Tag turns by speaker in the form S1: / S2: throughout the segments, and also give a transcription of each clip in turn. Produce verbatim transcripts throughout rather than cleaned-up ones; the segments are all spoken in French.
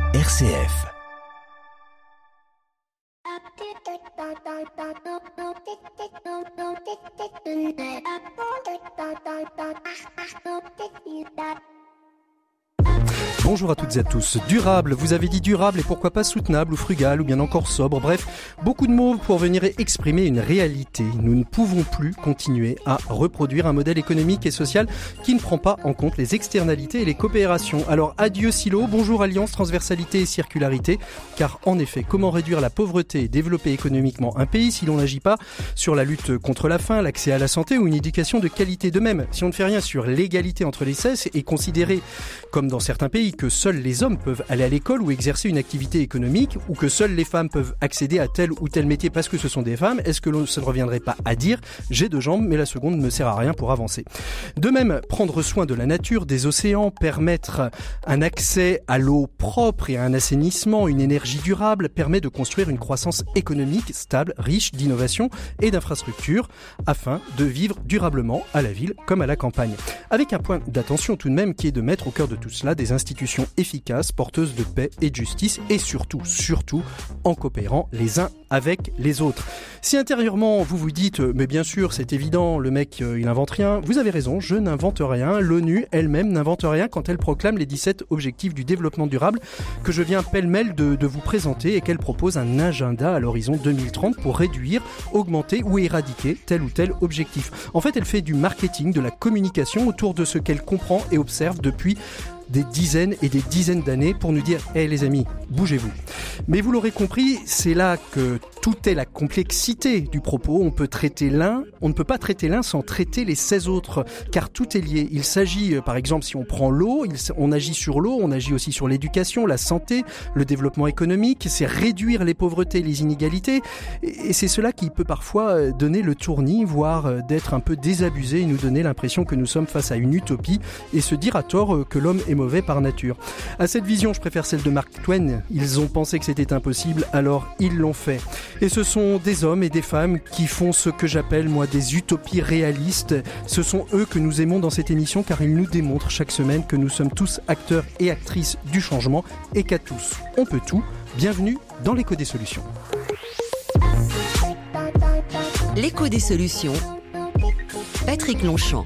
S1: R C F. Bonjour à toutes et à tous. Durable, vous avez dit durable et pourquoi pas soutenable ou frugal ou bien encore sobre. Bref, beaucoup de mots pour venir exprimer une réalité. Nous ne pouvons plus continuer à reproduire un modèle économique et social qui ne prend pas en compte les externalités et les coopérations. Alors adieu silo, bonjour alliance, transversalité et circularité. Car en effet, comment réduire la pauvreté et développer économiquement un pays si l'on n'agit pas sur la lutte contre la faim, l'accès à la santé ou une éducation de qualité? De même, si on ne fait rien sur l'égalité entre les sexes et considérer, comme dans certains pays, que seuls les hommes peuvent aller à l'école ou exercer une activité économique, ou que seules les femmes peuvent accéder à tel ou tel métier parce que ce sont des femmes, est-ce que ça ne reviendrait pas à dire « j'ai deux jambes, mais la seconde ne me sert à rien pour avancer ». De même, prendre soin de la nature, des océans, permettre un accès à l'eau propre et à un assainissement, une énergie durable, permet de construire une croissance économique stable, riche d'innovation et d'infrastructures, afin de vivre durablement à la ville comme à la campagne. Avec un point d'attention tout de même qui est de mettre au cœur de tout cela des institutions efficaces, porteuses de paix et de justice, et surtout, surtout, en coopérant les uns avec les autres. Si intérieurement vous vous dites « mais bien sûr, c'est évident, le mec euh, il invente rien », vous avez raison, je n'invente rien. L'ONU elle-même n'invente rien quand elle proclame les dix-sept objectifs du développement durable que je viens pêle-mêle de, de vous présenter et qu'elle propose un agenda à l'horizon deux mille trente pour réduire, augmenter ou éradiquer tel ou tel objectif. En fait, elle fait du marketing, de la communication autour de ce qu'elle comprend et observe depuis des dizaines et des dizaines d'années pour nous dire « Hé hey, les amis, bougez-vous ». Mais vous l'aurez compris, c'est là que tout est la complexité du propos. On peut traiter l'un, on ne peut pas traiter l'un sans traiter les seize autres, car tout est lié. Il s'agit, par exemple, si on prend l'eau, il, on agit sur l'eau, on agit aussi sur l'éducation, la santé, le développement économique, c'est réduire les pauvretés, les inégalités, et, et c'est cela qui peut parfois donner le tournis, voire d'être un peu désabusé et nous donner l'impression que nous sommes face à une utopie et se dire à tort que l'homme est mauvais par nature. À cette vision, je préfère celle de Mark Twain. Ils ont pensé que c'était impossible, alors ils l'ont fait. Et ce sont des hommes et des femmes qui font ce que j'appelle, moi, des utopies réalistes. Ce sont eux que nous aimons dans cette émission, car ils nous démontrent chaque semaine que nous sommes tous acteurs et actrices du changement et qu'à tous, on peut tout. Bienvenue dans l'écho des solutions.
S2: L'écho des solutions. Patrick Longchamp.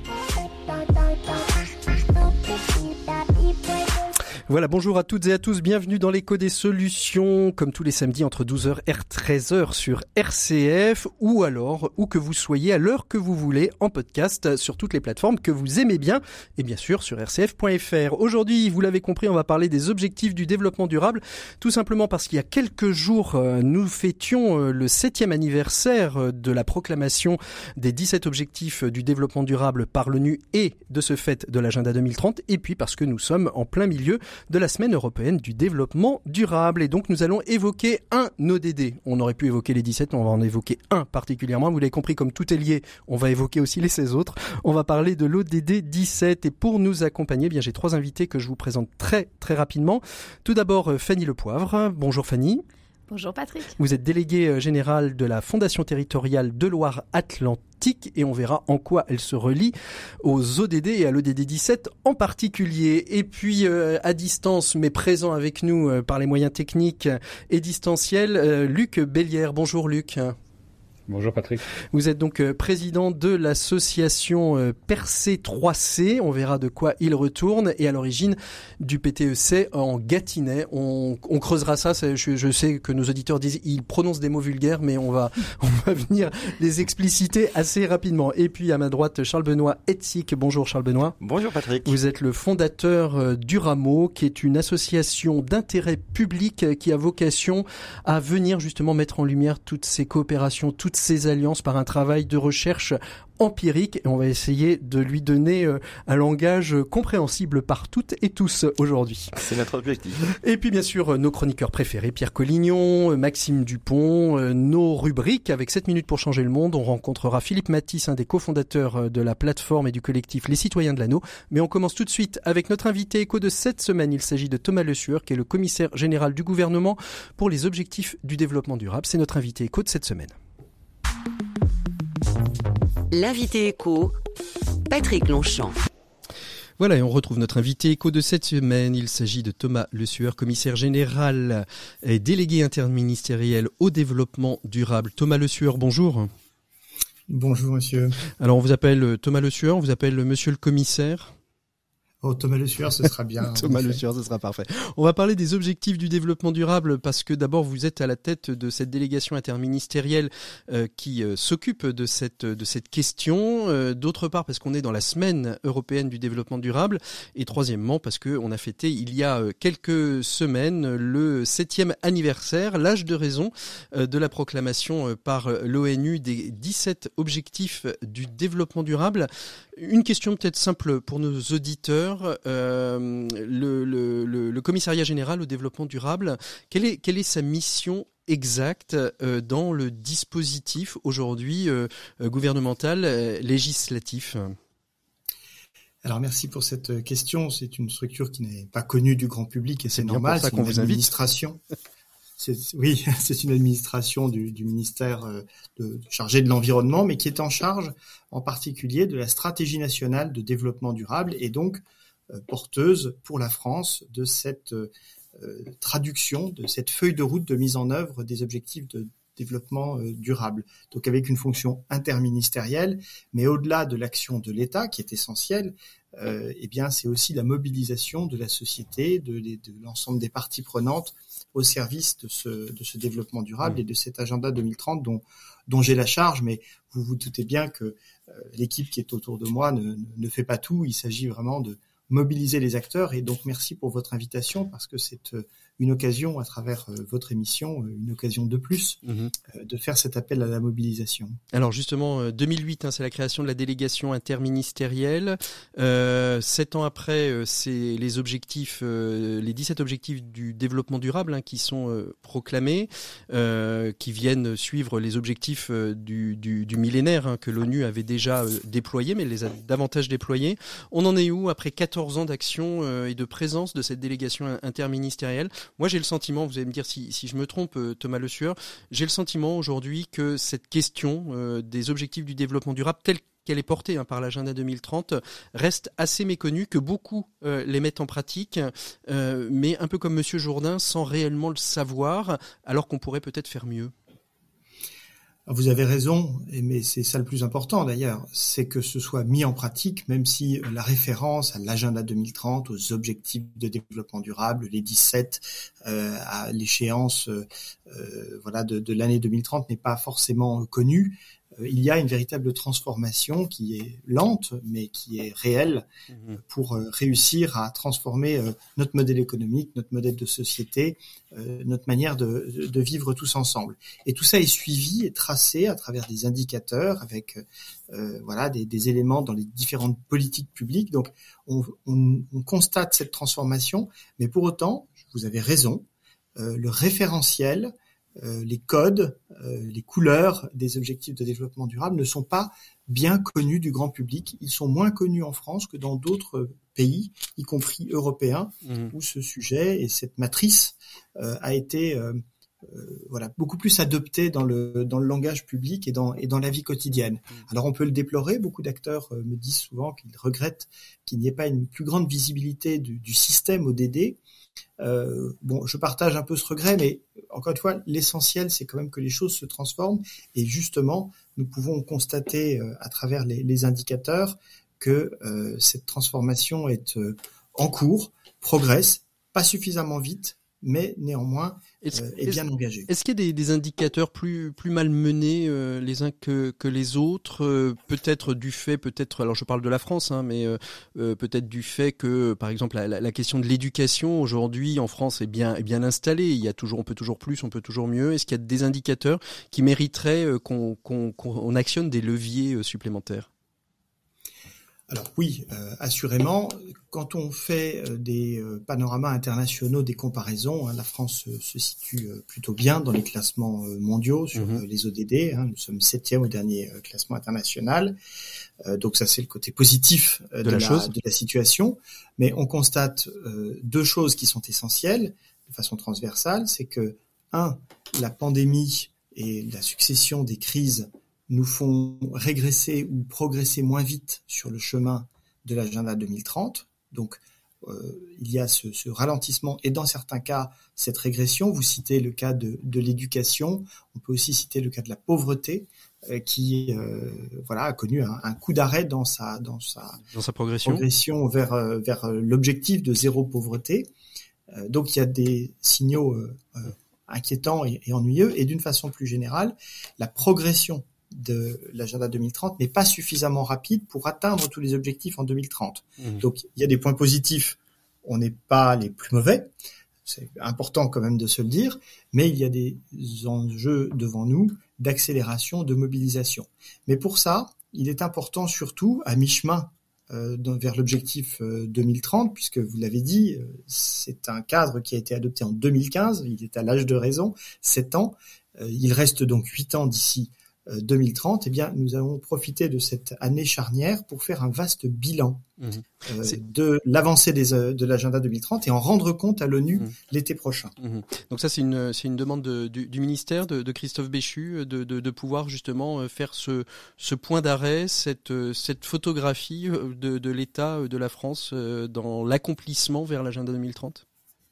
S1: Voilà, bonjour à toutes et à tous, bienvenue dans l'écho des solutions, comme tous les samedis entre douze heures et treize heures sur R C F, ou alors, où que vous soyez, à l'heure que vous voulez, en podcast, sur toutes les plateformes que vous aimez bien, et bien sûr sur r c f point f r. Aujourd'hui, vous l'avez compris, on va parler des objectifs du développement durable, tout simplement parce qu'il y a quelques jours, nous fêtions le septième anniversaire de la proclamation des dix-sept objectifs du développement durable par l'ONU et de ce fait de l'agenda deux mille trente, et puis parce que nous sommes en plein milieu de la semaine européenne du développement durable. Et donc, nous allons évoquer un O D D. On aurait pu évoquer les dix-sept, mais on va en évoquer un particulièrement. Vous l'avez compris, comme tout est lié, on va évoquer aussi les seize autres. On va parler de l'O D D dix-sept. Et pour nous accompagner, eh bien, j'ai trois invités que je vous présente très, très rapidement. Tout d'abord, Fanny Lepoivre. Bonjour Fanny.
S3: Bonjour Patrick.
S1: Vous êtes déléguée générale de la Fondation territoriale de Loire-Atlantique et on verra en quoi elle se relie aux O D D et à l'O D D dix-sept en particulier. Et puis euh, à distance mais présent avec nous euh, par les moyens techniques et distanciels, euh, Luc Bellière. Bonjour Luc.
S4: Bonjour Patrick.
S1: Vous êtes donc euh, président de l'association euh, Percé trois C. On verra de quoi il retourne et à l'origine du P T E C en Gâtinais. On, on creusera ça. Je, je sais que nos auditeurs disent ils prononcent des mots vulgaires, mais on va on va venir les expliciter assez rapidement. Et puis à ma droite Charles Benoît Etzik. Bonjour Charles Benoît.
S5: Bonjour Patrick.
S1: Vous êtes le fondateur euh, d'Uramo, qui est une association d'intérêt public euh, qui a vocation à venir justement mettre en lumière toutes ces coopérations, toutes ces alliances par un travail de recherche empirique et on va essayer de lui donner euh, un langage compréhensible par toutes et tous aujourd'hui.
S5: C'est notre objectif.
S1: Et puis bien sûr nos chroniqueurs préférés, Pierre Collignon, Maxime Dupont, euh, nos rubriques avec sept minutes pour changer le monde. On rencontrera Philippe Matisse, un des cofondateurs de la plateforme et du collectif Les Citoyens de l'Anneau. Mais on commence tout de suite avec notre invité éco de cette semaine. Il s'agit de Thomas Le Sueur, qui est le commissaire général du gouvernement pour les objectifs du développement durable. C'est notre invité éco de cette semaine.
S2: L'invité éco, Patrick Longchamp.
S1: Voilà, et on retrouve notre invité éco de cette semaine. Il s'agit de Thomas Le Sueur, commissaire général et délégué interministériel au développement durable. Thomas Le Sueur, bonjour.
S3: Bonjour monsieur.
S1: Alors on vous appelle Thomas Le Sueur, on vous appelle monsieur le commissaire.
S3: Oh, Thomas Le Sueur, ce sera bien.
S1: Thomas Le Sueur, ce sera parfait. On va parler des objectifs du développement durable parce que d'abord vous êtes à la tête de cette délégation interministérielle euh, qui euh, s'occupe de cette de cette question. Euh, d'autre part parce qu'on est dans la semaine européenne du développement durable et troisièmement parce que on a fêté il y a euh, quelques semaines le septième anniversaire, l'âge de raison euh, de la proclamation euh, par l'ONU des dix-sept objectifs du développement durable. Une question peut-être simple pour nos auditeurs. Euh, le, le, le, le commissariat général au développement durable, quelle est, quelle est sa mission exacte euh, dans le dispositif aujourd'hui euh, gouvernemental euh, législatif ?
S3: Alors merci pour cette question. C'est une structure qui n'est pas connue du grand public et c'est,
S1: c'est
S3: normal.
S1: C'est bien pour ça qu'on vous invite.
S3: Administration. C'est, oui, c'est une administration du, du ministère de, chargé de l'environnement, mais qui est en charge en particulier de la stratégie nationale de développement durable et donc euh, porteuse pour la France de cette euh, traduction, de cette feuille de route de mise en œuvre des objectifs de développement euh, durable. Donc avec une fonction interministérielle, mais au-delà de l'action de l'État qui est essentielle, euh, eh bien c'est aussi la mobilisation de la société, de, de, de l'ensemble des parties prenantes au service de ce, de ce développement durable et de cet agenda deux mille trente dont, dont j'ai la charge, mais vous vous doutez bien que euh, l'équipe qui est autour de moi ne, ne fait pas tout. Il s'agit vraiment de mobiliser les acteurs et donc merci pour votre invitation parce que c'est euh, une occasion à travers euh, votre émission, euh, une occasion de plus mmh. euh, de faire cet appel à la mobilisation.
S1: Alors justement, euh, deux mille huit, hein, c'est la création de la délégation interministérielle. Euh, sept ans après, euh, c'est les objectifs, euh, les dix-sept objectifs du développement durable hein, qui sont euh, proclamés, euh, qui viennent suivre les objectifs euh, du, du, du millénaire hein, que l'ONU avait déjà euh, déployés, mais les a davantage déployés. On en est où après quatorze ans d'action euh, et de présence de cette délégation interministérielle? Moi, j'ai le sentiment, vous allez me dire si, si je me trompe, euh, Thomas Le Sueur, j'ai le sentiment aujourd'hui que cette question euh, des objectifs du développement durable, telle qu'elle est portée hein, par l'agenda deux mille trente, reste assez méconnue, que beaucoup euh, les mettent en pratique, euh, mais un peu comme Monsieur Jourdain, sans réellement le savoir, alors qu'on pourrait peut-être faire mieux.
S3: Vous avez raison, mais c'est ça le plus important d'ailleurs, c'est que ce soit mis en pratique, même si la référence à l'agenda deux mille trente, aux objectifs de développement durable, les dix-sept, euh, à l'échéance euh, voilà, de, de l'année deux mille trente n'est pas forcément connue. Il y a une véritable transformation qui est lente, mais qui est réelle pour réussir à transformer notre modèle économique, notre modèle de société, notre manière de, de vivre tous ensemble. Et tout ça est suivi et tracé à travers des indicateurs, avec euh, voilà des, des éléments dans les différentes politiques publiques. Donc, on, on, on constate cette transformation, mais pour autant, vous avez raison, euh, le référentiel, Euh, les codes, euh, les couleurs des objectifs de développement durable ne sont pas bien connus du grand public. Ils sont moins connus en France que dans d'autres pays, y compris européens, mmh. où ce sujet et cette matrice euh, a été euh, euh, voilà beaucoup plus adopté dans le dans le langage public et dans et dans la vie quotidienne. Mmh. Alors on peut le déplorer. Beaucoup d'acteurs euh, me disent souvent qu'ils regrettent qu'il n'y ait pas une plus grande visibilité du, du système O D D. Euh, bon, je partage un peu ce regret, mais encore une fois, l'essentiel, c'est quand même que les choses se transforment. Et justement, nous pouvons constater euh, à travers les, les indicateurs que euh, cette transformation est euh, en cours, progresse, pas suffisamment vite, mais néanmoins euh, est bien engagée.
S1: Est-ce qu'il y a des, des indicateurs plus plus mal menés euh, les uns que que les autres, euh, peut-être du fait, peut-être, alors je parle de la France, hein, mais euh, euh, peut-être du fait que, par exemple, la, la question de l'éducation aujourd'hui en France est bien est bien installée. Il y a toujours, on peut toujours plus, on peut toujours mieux. Est-ce qu'il y a des indicateurs qui mériteraient euh, qu'on, qu'on qu'on actionne des leviers euh, supplémentaires?
S3: Alors oui, euh, assurément, quand on fait euh, des euh, panoramas internationaux, des comparaisons, hein, la France euh, se situe euh, plutôt bien dans les classements euh, mondiaux sur mmh. euh, les O D D. Hein, nous sommes septième au dernier euh, classement international. Euh, donc ça, c'est le côté positif euh, de, de, la la, de la situation. Mais on constate euh, deux choses qui sont essentielles de façon transversale. C'est que, un, la pandémie et la succession des crises nous font régresser ou progresser moins vite sur le chemin de l'agenda deux mille trente. Donc, euh, il y a ce, ce ralentissement et dans certains cas, cette régression. Vous citez le cas de, de l'éducation. On peut aussi citer le cas de la pauvreté, euh, qui euh, voilà, a connu un, un coup d'arrêt dans sa, dans sa,
S1: dans sa progression,
S3: progression vers, euh, vers l'objectif de zéro pauvreté. Euh, donc, il y a des signaux euh, euh, inquiétants et, et ennuyeux. Et d'une façon plus générale, la progression de l'agenda deux mille trente n'est pas suffisamment rapide pour atteindre tous les objectifs en deux mille trente. Mmh. Donc, il y a des points positifs. On n'est pas les plus mauvais. C'est important quand même de se le dire. Mais il y a des enjeux devant nous d'accélération, de mobilisation. Mais pour ça, il est important surtout, à mi-chemin euh, vers l'objectif euh, deux mille trente, puisque vous l'avez dit, euh, c'est un cadre qui a été adopté en deux mille quinze. Il est à l'âge de raison, sept ans. Euh, il reste donc huit ans d'ici deux mille trente, eh bien, nous allons profiter de cette année charnière pour faire un vaste bilan mmh. euh, de l'avancée des, de l'agenda deux mille trente et en rendre compte à l'ONU mmh. l'été prochain.
S1: Mmh. Donc ça, c'est une, c'est une demande de, du, du ministère de, de Christophe Béchu de, de, de pouvoir justement faire ce, ce point d'arrêt, cette, cette photographie de, de l'État de la France dans l'accomplissement vers l'agenda deux mille trente.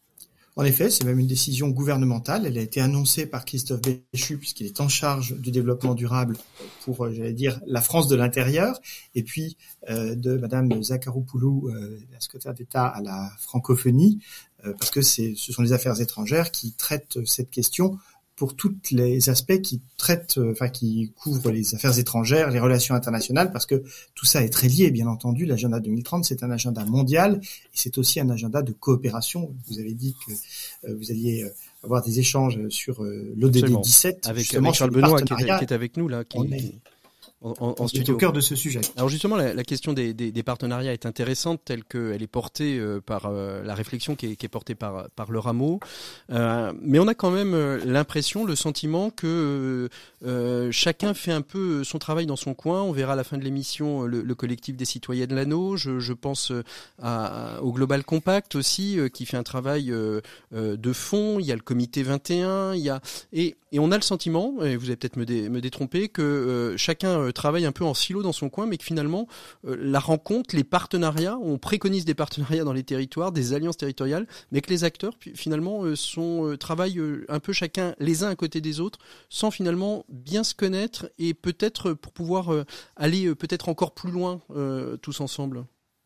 S3: En effet, c'est même une décision gouvernementale. Elle a été annoncée par Christophe Béchu puisqu'il est en charge du développement durable pour, j'allais dire, la France de l'intérieur, et puis euh, de Madame Zakharopoulou, euh, la secrétaire d'État à la francophonie, euh, parce que c'est, ce sont les affaires étrangères qui traitent cette question pour tous les aspects qui traitent, enfin qui couvrent les affaires étrangères, les relations internationales, parce que tout ça est très lié, bien entendu. L'agenda deux mille trente, c'est un agenda mondial et c'est aussi un agenda de coopération. Vous avez dit que euh, vous alliez avoir des échanges sur euh, l'O D D dix-sept,
S1: avec,
S3: justement
S1: avec Charles Benoît qui est, qui est avec nous là. Qui,
S3: On est...
S1: qui... En, en, en
S3: on est au cœur de ce sujet.
S1: Alors justement, la, la question des, des, des partenariats est intéressante, telle qu'elle est portée euh, par euh, la réflexion qui est, qui est portée par, par le rameau. Euh, mais on a quand même euh, l'impression, le sentiment que euh, chacun fait un peu son travail dans son coin. On verra à la fin de l'émission le, le collectif des citoyens de l'anneau. Je, je pense à, à, au Global Compact aussi, euh, qui fait un travail euh, euh, de fond. Il y a le comité vingt et un. Il y a et, et on a le sentiment, et vous allez peut-être me, dé, me détromper, que euh, chacun euh, travaille un peu en silo dans son coin, mais que finalement, euh, la rencontre, les partenariats, on préconise des partenariats dans les territoires, des alliances territoriales, mais que les acteurs, finalement, euh, sont, euh, travaillent euh, un peu chacun les uns à côté des autres, sans finalement bien se connaître et peut-être pour pouvoir euh, aller euh, peut-être encore plus loin euh, tous ensemble.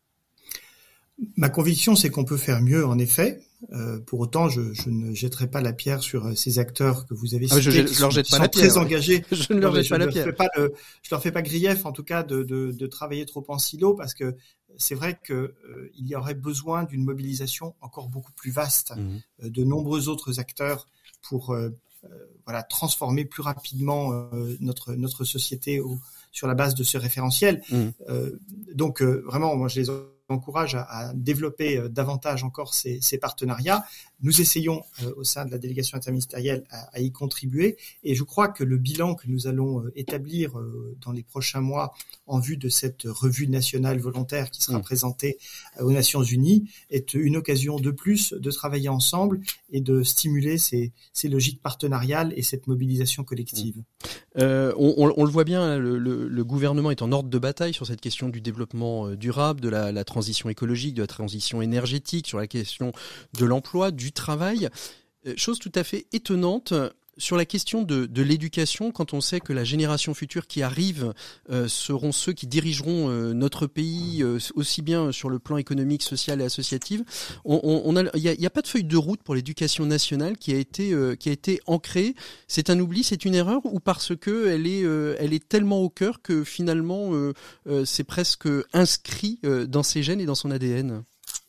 S3: Ma conviction, c'est qu'on peut faire mieux, en effet. Euh, pour autant, je, je ne jetterai pas la pierre sur ces acteurs que vous avez cités, ah,
S1: je, je,
S3: qui
S1: je leur jette
S3: sont,
S1: pas la
S3: très
S1: pierre,
S3: engagés.
S1: Je ne leur jette pas la pierre.
S3: Pas le, je leur fais pas grief, en tout cas, de, de, de travailler trop en silo, parce que c'est vrai que euh, il y aurait besoin d'une mobilisation encore beaucoup plus vaste mmh. euh, de nombreux autres acteurs pour euh, euh, voilà transformer plus rapidement euh, notre notre société au, sur la base de ce référentiel. Mmh. Euh, donc euh, vraiment, moi, je les encourage à, à développer euh, davantage encore ces, ces partenariats. Nous essayons euh, au sein de la délégation interministérielle à, à y contribuer, et je crois que le bilan que nous allons euh, établir euh, dans les prochains mois en vue de cette revue nationale volontaire qui sera mmh. présentée euh, aux Nations Unies est une occasion de plus de travailler ensemble et de stimuler ces, ces logiques partenariales et cette mobilisation collective.
S1: Mmh. Euh, on, on, on le voit bien, le, le, le gouvernement est en ordre de bataille sur cette question du développement durable, de la, la transition écologique, de la transition énergétique, sur la question de l'emploi, du travail. Chose tout à fait étonnante sur la question de, de l'éducation, quand on sait que la génération future qui arrive euh, seront ceux qui dirigeront euh, notre pays euh, aussi bien sur le plan économique, social et associatif. On, on, on a, il y a, il y a pas de feuille de route pour l'éducation nationale qui a été euh, qui a été ancrée. C'est un oubli, c'est une erreur, ou parce que elle est euh, elle est tellement au cœur que finalement euh, euh, c'est presque inscrit euh, dans ses gènes et dans son A D N.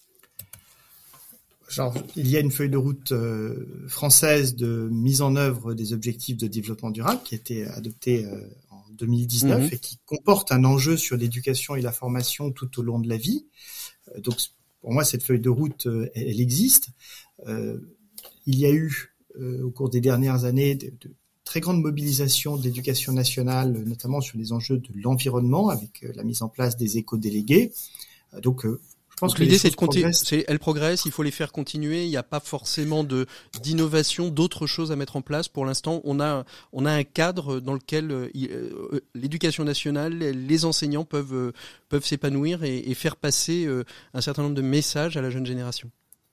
S3: Genre, il y a une feuille de route euh, française de mise en œuvre des objectifs de développement durable qui a été adoptée euh, en deux mille dix-neuf mmh. et qui comporte un enjeu sur l'éducation et la formation tout au long de la vie. Euh, donc, pour moi, cette feuille de route, euh, elle, elle existe. Euh, il y a eu, euh, au cours des dernières années, de, de très grandes mobilisations de l'éducation nationale, notamment sur les enjeux de l'environnement, avec euh, la mise en place des éco-délégués. Euh, donc, euh, je Je pense
S1: Donc
S3: que
S1: l'idée, c'est de
S3: continuer.
S1: continuer. Elles progressent, il faut les faire continuer. Il n'y a pas forcément de d'innovation, d'autres choses à mettre en place. Pour l'instant, on a on a un cadre dans lequel euh, euh, l'éducation nationale, les enseignants peuvent euh, peuvent s'épanouir et, et faire passer euh, un certain nombre de messages à la jeune génération.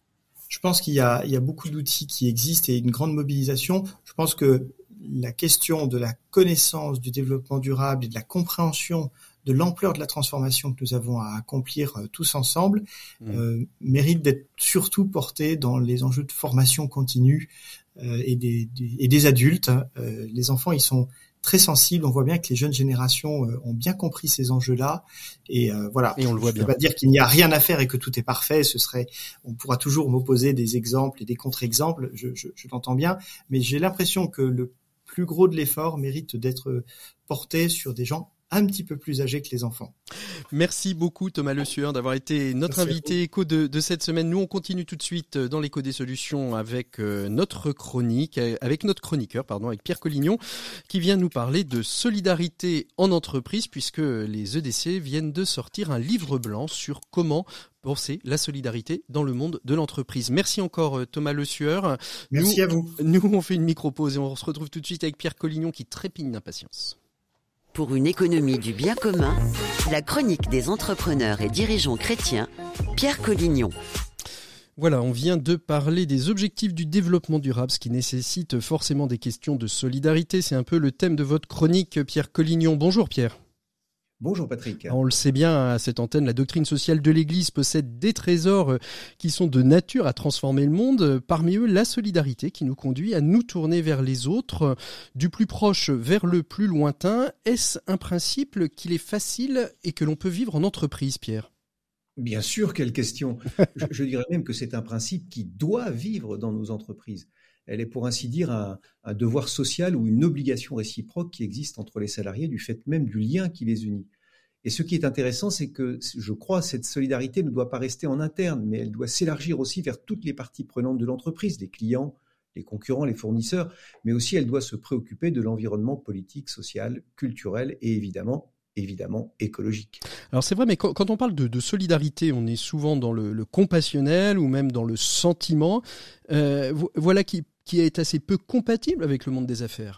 S3: Je pense qu'il y a il y a beaucoup d'outils qui existent et une grande mobilisation. Je pense que la question de la connaissance du développement durable et de la compréhension de l'ampleur de la transformation que nous avons à accomplir euh, tous ensemble, mmh. euh, mérite d'être surtout portée dans les enjeux de formation continue euh, et, des, des, et des adultes. Euh, les enfants, ils sont très sensibles. On voit bien que les jeunes générations euh, ont bien compris ces enjeux-là. Et euh, voilà.
S1: Et on le voit
S3: Je
S1: bien.
S3: ne peux pas dire qu'il n'y a rien à faire et que tout est parfait. Ce serait, on pourra toujours m'opposer des exemples et des contre-exemples. Je, je, je l'entends bien, mais j'ai l'impression que le plus gros de l'effort mérite d'être porté sur des gens un petit peu plus âgés que les enfants.
S1: Merci beaucoup Thomas Le Sueur d'avoir été notre Merci invité éco de, de cette semaine. Nous on continue tout de suite dans l'éco des solutions avec euh, notre chronique, avec notre chroniqueur, pardon, avec Pierre Collignon, qui vient nous parler de solidarité en entreprise, puisque les E D C viennent de sortir un livre blanc sur comment penser la solidarité dans le monde de l'entreprise. Merci encore Thomas Le Sueur.
S3: Merci
S1: nous,
S3: à vous.
S1: Nous on fait une micro-pause et on se retrouve tout de suite avec Pierre Collignon qui trépigne d'impatience.
S2: Pour une économie du bien commun, la chronique des entrepreneurs et dirigeants chrétiens, Pierre Collignon.
S1: Voilà, on vient de parler des objectifs du développement durable, ce qui nécessite forcément des questions de solidarité. C'est un peu le thème de votre chronique, Pierre Collignon. Bonjour Pierre.
S4: Bonjour Patrick.
S1: On le sait bien, à cette antenne, la doctrine sociale de l'Église possède des trésors qui sont de nature à transformer le monde. Parmi eux, la solidarité qui nous conduit à nous tourner vers les autres, du plus proche vers le plus lointain. Est-ce un principe qu'il est facile et que l'on peut vivre en entreprise, Pierre ?
S4: Bien sûr, quelle question. je, je dirais même que c'est un principe qui doit vivre dans nos entreprises. Elle est pour ainsi dire un, un devoir social ou une obligation réciproque qui existe entre les salariés du fait même du lien qui les unit. Et ce qui est intéressant, c'est que, je crois, cette solidarité ne doit pas rester en interne, mais elle doit s'élargir aussi vers toutes les parties prenantes de l'entreprise, les clients, les concurrents, les fournisseurs, mais aussi elle doit se préoccuper de l'environnement politique, social, culturel et évidemment, évidemment écologique.
S1: Alors c'est vrai, mais quand, quand on parle de, de solidarité, on est souvent dans le, le compassionnel ou même dans le sentiment. Euh, voilà qui, qui est assez peu compatible avec le monde des affaires.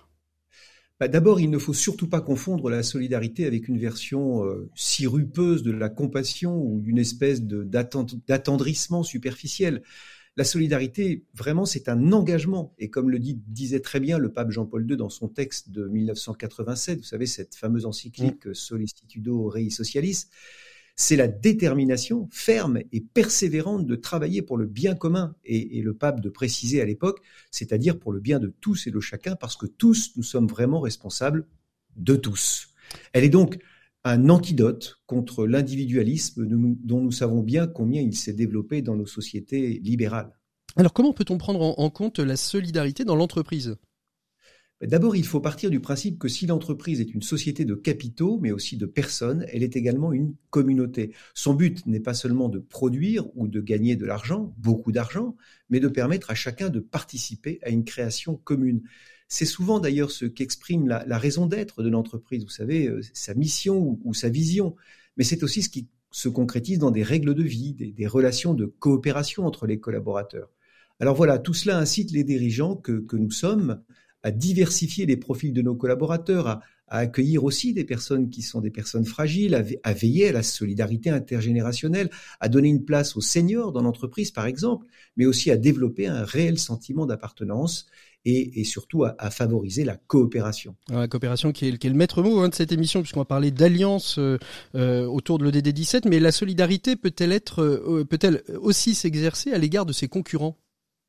S4: Bah d'abord, il ne faut surtout pas confondre la solidarité avec une version euh, sirupeuse de la compassion ou d'une espèce de, d'attend- d'attendrissement superficiel. La solidarité, vraiment, c'est un engagement. Et comme le dit, disait très bien le pape Jean-Paul deux dans son texte de dix-neuf cent quatre-vingt-sept, vous savez, cette fameuse encyclique mmh. Solicitudo Rei Socialis, c'est la détermination ferme et persévérante de travailler pour le bien commun. Et, et le pape de préciser à l'époque, c'est-à-dire pour le bien de tous et de chacun, parce que tous, nous sommes vraiment responsables de tous. Elle est donc un antidote contre l'individualisme dont nous savons bien combien il s'est développé dans nos sociétés libérales.
S1: Alors comment peut-on prendre en compte la solidarité dans l'entreprise ?
S4: D'abord, il faut partir du principe que si l'entreprise est une société de capitaux, mais aussi de personnes, elle est également une communauté. Son but n'est pas seulement de produire ou de gagner de l'argent, beaucoup d'argent, mais de permettre à chacun de participer à une création commune. C'est souvent d'ailleurs ce qu'exprime la, la raison d'être de l'entreprise, vous savez, sa mission ou, ou sa vision. Mais c'est aussi ce qui se concrétise dans des règles de vie, des, des relations de coopération entre les collaborateurs. Alors voilà, tout cela incite les dirigeants que, que nous sommes à diversifier les profils de nos collaborateurs, à, à accueillir aussi des personnes qui sont des personnes fragiles, à, à veiller à la solidarité intergénérationnelle, à donner une place aux seniors dans l'entreprise par exemple, mais aussi à développer un réel sentiment d'appartenance et, et surtout à, à favoriser la coopération.
S1: Alors, la coopération qui est, qui est le maître mot hein, de cette émission, puisqu'on va parler d'alliance euh, euh, autour de l'O D D dix-sept, mais la solidarité peut-elle être, euh, peut-elle aussi s'exercer à l'égard de ses concurrents ?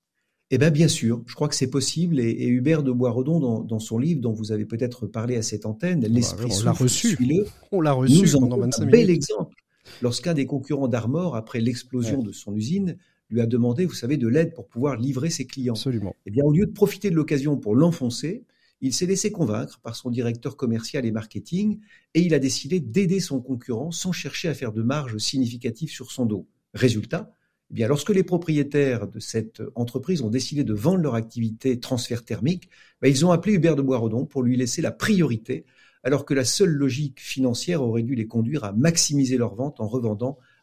S4: Eh bien, bien sûr, je crois que c'est possible. Et, et Hubert de Boisredon, dans, dans son livre, dont vous avez peut-être parlé à cette antenne,
S1: bah,
S4: L'esprit
S1: on
S4: souffle,
S1: l'a reçu.
S4: suis-le,
S1: on l'a reçu
S4: nous en
S1: pendant vingt-cinq
S4: un
S1: minutes.
S4: bel exemple. Lorsqu'un des concurrents d'Armor, après l'explosion ouais. de son usine, lui a demandé, vous savez, de l'aide pour pouvoir livrer ses clients.
S1: Absolument.
S4: Eh bien, au lieu de profiter de l'occasion pour l'enfoncer, il s'est laissé convaincre par son directeur commercial et marketing et il a décidé d'aider son concurrent sans chercher à faire de marge significative sur son dos. Résultat, eh bien, lorsque les propriétaires de cette entreprise ont décidé de vendre leur activité transfert thermique, ben, ils ont appelé Hubert de Boisredon pour lui laisser la priorité, alors que la seule logique financière aurait dû les conduire à maximiser leurs ventes en revendant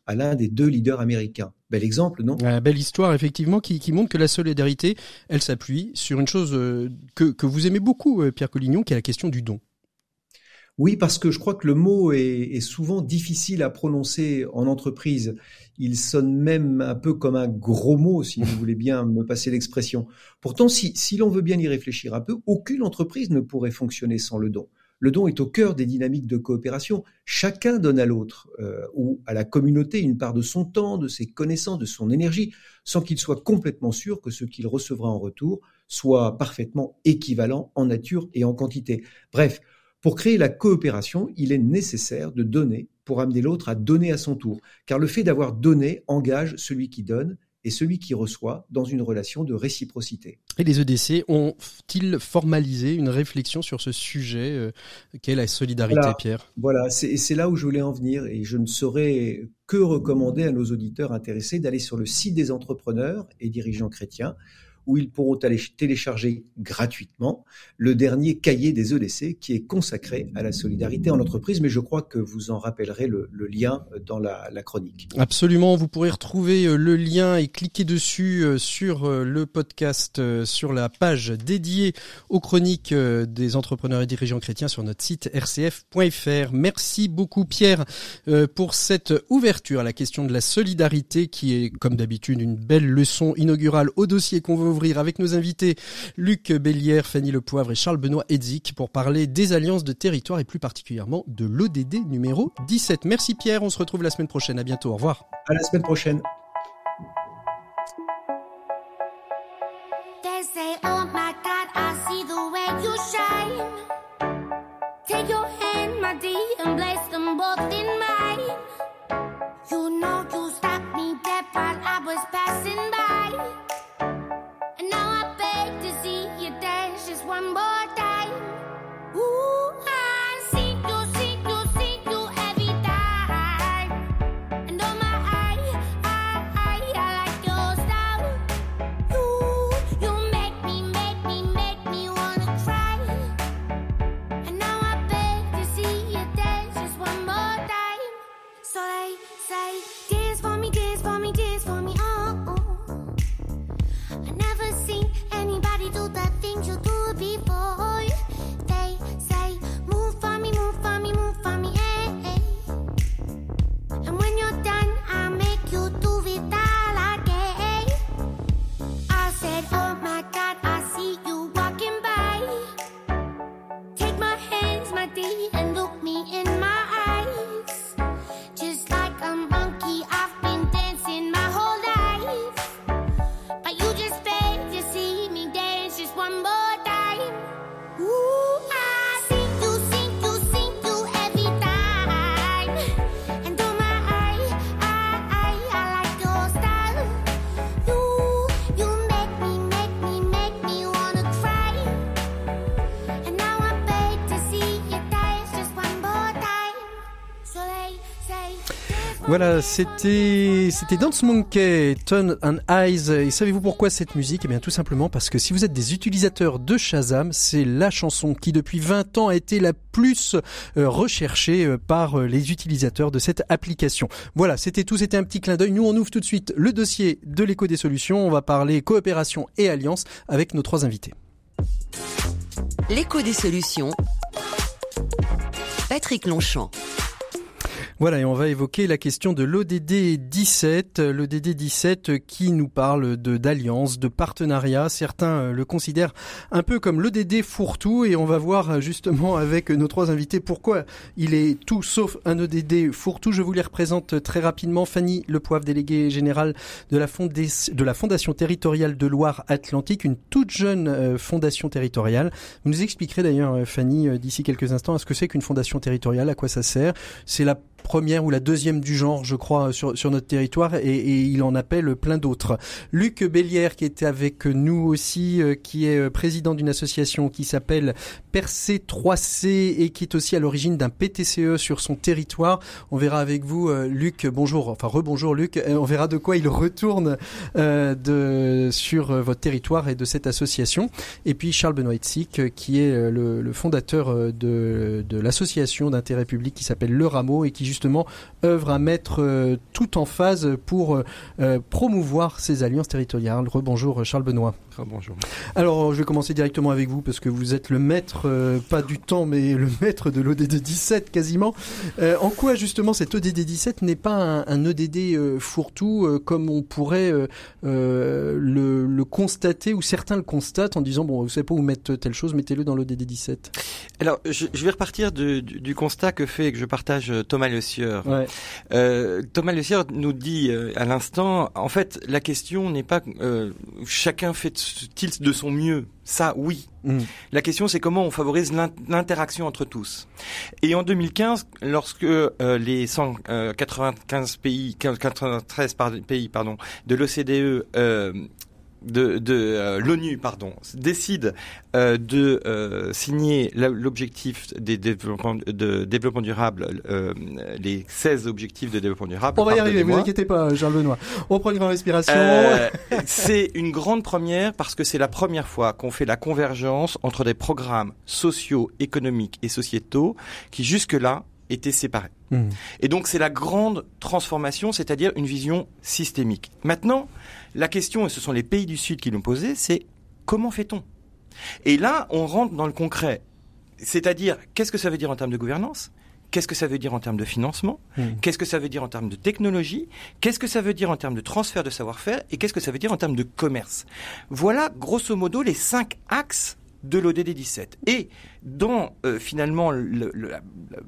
S4: à l'un des deux leaders américains. Bel exemple, non ?
S1: euh, Belle histoire, effectivement, qui, qui montre que la solidarité, elle s'appuie sur une chose euh, que, que vous aimez beaucoup, euh, Pierre Collignon, qui est la question du don.
S4: Oui, parce que je crois que le mot est, est souvent difficile à prononcer en entreprise. Il sonne même un peu comme un gros mot, si vous voulez bien me passer l'expression. Pourtant, si, si l'on veut bien y réfléchir un peu, aucune entreprise ne pourrait fonctionner sans le don. Le don est au cœur des dynamiques de coopération. Chacun donne à l'autre euh, ou à la communauté une part de son temps, de ses connaissances, de son énergie, sans qu'il soit complètement sûr que ce qu'il recevra en retour soit parfaitement équivalent en nature et en quantité. Bref, pour créer la coopération, il est nécessaire de donner pour amener l'autre à donner à son tour, car le fait d'avoir donné engage celui qui donne et celui qui reçoit dans une relation de réciprocité.
S1: Et les E D C ont-ils formalisé une réflexion sur ce sujet euh, qu'est la solidarité,
S4: voilà,
S1: Pierre ?
S4: Voilà, c'est, c'est là où je voulais en venir, et je ne saurais que recommander à nos auditeurs intéressés d'aller sur le site des entrepreneurs et dirigeants chrétiens, où ils pourront télécharger gratuitement le dernier cahier des E D C qui est consacré à la solidarité en entreprise, mais je crois que vous en rappellerez le, le lien dans la, la chronique.
S1: Absolument, vous pourrez retrouver le lien et cliquer dessus sur le podcast, sur la page dédiée aux chroniques des entrepreneurs et dirigeants chrétiens sur notre site r c f point f r. Merci beaucoup Pierre pour cette ouverture à la question de la solidarité qui est comme d'habitude une belle leçon inaugurale au dossier qu'on veut ouvrir avec nos invités Luc Bellière, Fanny Lepoivre et Charles-Benoît Hedzik pour parler des alliances de territoire et plus particulièrement de l'O D D numéro dix-sept. Merci Pierre, on se retrouve la semaine prochaine. À bientôt, au revoir.
S4: À la semaine prochaine.
S1: Voilà, c'était c'était Dance Monkey, Tone and Eyes. Et savez-vous pourquoi cette musique ? Eh bien, tout simplement parce que si vous êtes des utilisateurs de Shazam, c'est la chanson qui depuis vingt ans a été la plus euh, recherchée euh, par euh, les utilisateurs de cette application. Voilà, c'était tout, c'était un petit clin d'œil. Nous, on ouvre tout de suite le dossier de l'écho des solutions. On va parler coopération et alliance avec nos trois invités.
S2: L'écho des solutions. Patrick Longchamp.
S1: Voilà, et on va évoquer la question de l'O D D dix-sept, l'O D D dix-sept qui nous parle de d'alliance, de partenariat. Certains le considèrent un peu comme l'O D D fourre-tout, et on va voir justement avec nos trois invités pourquoi il est tout sauf un O D D fourre-tout. Je vous les représente très rapidement. Fanny Lepoivre, déléguée générale de la, fondé- de la Fondation territoriale de Loire-Atlantique, une toute jeune euh, fondation territoriale. Vous nous expliquerez d'ailleurs, Fanny, euh, d'ici quelques instants, ce que c'est qu'une fondation territoriale, à quoi ça sert. C'est la première ou la deuxième du genre, je crois, sur, sur notre territoire, et, et il en appelle plein d'autres. Luc Bellière, qui est avec nous aussi, euh, qui est président d'une association qui s'appelle Percé trois C et qui est aussi à l'origine d'un P T C E sur son territoire. On verra avec vous, euh, Luc, bonjour, enfin rebonjour Luc, euh, on verra de quoi il retourne euh, de, sur euh, votre territoire et de cette association. Et puis Charles-Benoît Hedzik, euh, qui est euh, le, le fondateur euh, de, de l'association d'intérêt public qui s'appelle Le Rameau et qui justement œuvre à mettre euh, tout en phase pour euh, promouvoir ces alliances territoriales. Rebonjour Charles Benoît.
S5: Rebonjour.
S1: Alors je vais commencer directement avec vous parce que vous êtes le maître, euh, pas du temps, mais le maître de l'O D D dix-sept quasiment. Euh, en quoi justement cet O D D dix-sept n'est pas un, un O D D euh, fourre-tout euh, comme on pourrait euh, euh, le, le constater, ou certains le constatent en disant bon, vous savez pas où mettre telle chose, mettez-le dans l'O D D dix-sept.
S5: Alors je, je vais repartir de, du, du constat que fait et que je partage Thomas Le Sieur.
S1: Ouais.
S5: Euh, Thomas Le Sieur nous dit euh, à l'instant, en fait la question n'est pas euh, chacun fait-il de son mieux. Ça, oui. Mmh. La question, c'est comment on favorise l'interaction entre tous. Et en deux mille quinze, lorsque euh, les cent quatre-vingt-quinze pays, quatre-vingt-treize pays, pardon, de l'O C D E, euh, de, de euh, l'ONU, pardon, décide euh, de euh, signer l'objectif des développements de développement durable, euh, les seize objectifs de développement durable.
S1: On va y arriver, vous inquiétez pas, Charles Benoît. On prend une grande respiration.
S5: Euh, c'est une grande première parce que c'est la première fois qu'on fait la convergence entre des programmes sociaux, économiques et sociétaux qui jusque-là étaient séparés. Mmh. Et donc c'est la grande transformation, c'est-à-dire une vision systémique. Maintenant, la question, et ce sont les pays du Sud qui l'ont posée, c'est comment fait-on ? Et là, on rentre dans le concret. C'est-à-dire, qu'est-ce que ça veut dire en termes de gouvernance ? Qu'est-ce que ça veut dire en termes de financement ? mmh. Qu'est-ce que ça veut dire en termes de technologie ? Qu'est-ce que ça veut dire en termes de transfert de savoir-faire ? Et qu'est-ce que ça veut dire en termes de commerce ? Voilà, grosso modo, les cinq axes de l'O D D dix-sept. Et dans, euh, finalement, le, le, la,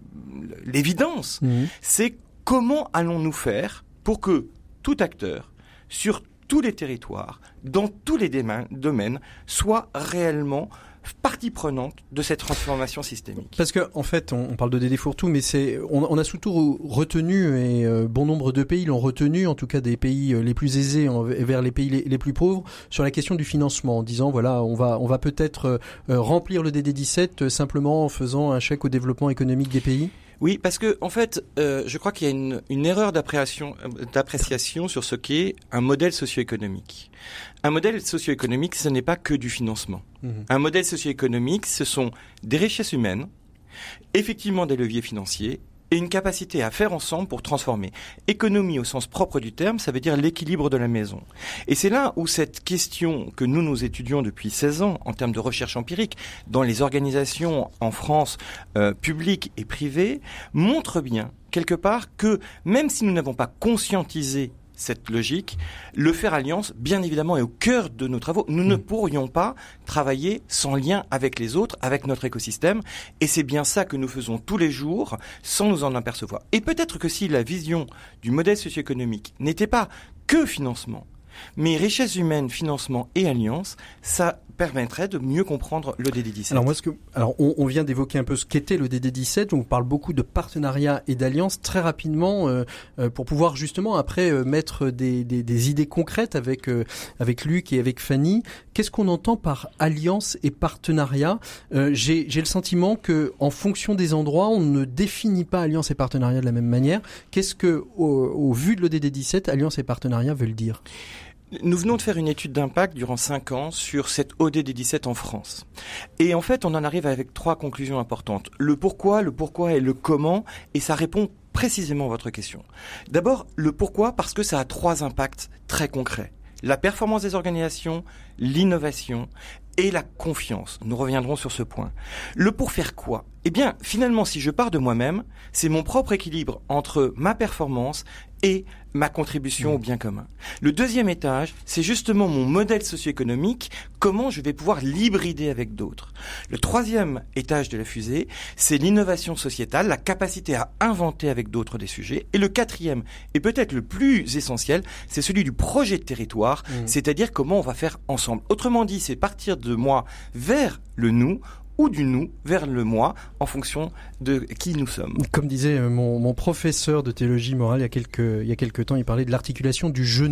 S5: l'évidence, mmh. c'est comment allons-nous faire pour que tout acteur, sur tous les territoires, dans tous les domaines, soit réellement partie prenante de cette transformation systémique.
S1: Parce que en fait, on, on parle de Dédé Fourre-tout, mais c'est on, on a surtout retenu, et euh, bon nombre de pays l'ont retenu, en tout cas des pays euh, les plus aisés en, vers les pays les, les plus pauvres, sur la question du financement, en disant voilà, on va on va peut-être euh, remplir le D D dix-sept euh, simplement en faisant un chèque au développement économique des pays.
S5: Oui, parce que en fait, euh, je crois qu'il y a une, une erreur d'appréciation, d'appréciation sur ce qu'est un modèle socio-économique. Un modèle socio-économique, ce n'est pas que du financement. Mmh. Un modèle socio-économique, ce sont des richesses humaines, effectivement des leviers financiers, et une capacité à faire ensemble pour transformer. Économie au sens propre du terme, ça veut dire l'équilibre de la maison. Et c'est là où cette question que nous nous étudions depuis seize ans en termes de recherche empirique dans les organisations en France euh, publiques et privées montre bien quelque part que même si nous n'avons pas conscientisé cette logique, le faire alliance, bien évidemment, est au cœur de nos travaux. Nous mmh. ne pourrions pas travailler sans lien avec les autres, avec notre écosystème, et c'est bien ça que nous faisons tous les jours, sans nous en apercevoir. Et peut-être que si la vision du modèle socio-économique n'était pas que financement, mais richesse humaine, financement et alliance, ça permettrait de mieux comprendre le D D dix-sept.
S1: Alors moi, ce que, alors on, on vient d'évoquer un peu ce qu'était le D D dix-sept. On parle beaucoup de partenariat et d'alliance très rapidement euh, euh, pour pouvoir justement après euh, mettre des, des, des idées concrètes avec euh, avec Luc et avec Fanny. Qu'est-ce qu'on entend par alliance et partenariat ? euh, J'ai j'ai le sentiment que en fonction des endroits, on ne définit pas alliance et partenariat de la même manière. Qu'est-ce que au, au vu de l'O D D dix-sept, alliance et partenariat veulent dire ?
S5: Nous venons de faire une étude d'impact durant cinq ans sur cette O D D dix-sept en France. Et en fait, on en arrive avec trois conclusions importantes. Le pourquoi, le pourquoi et le comment, et ça répond précisément à votre question. D'abord, le pourquoi, parce que ça a trois impacts très concrets. La performance des organisations, l'innovation et la confiance. Nous reviendrons sur ce point. Le pour faire quoi ? Eh bien, finalement, si je pars de moi-même, c'est mon propre équilibre entre ma performance et ma contribution au bien commun. Le deuxième étage, c'est justement mon modèle socio-économique, comment je vais pouvoir l'hybrider avec d'autres. Le troisième étage de la fusée, c'est l'innovation sociétale, la capacité à inventer avec d'autres des sujets. Et le quatrième, et peut-être le plus essentiel, c'est celui du projet de territoire, mmh. c'est-à-dire comment on va faire ensemble. Autrement dit, c'est partir de moi vers le nous, ou du nous vers le moi en fonction de qui nous sommes.
S1: Comme disait mon, mon professeur de théologie morale il y a quelques, il y a quelques temps, il parlait de l'articulation du genou.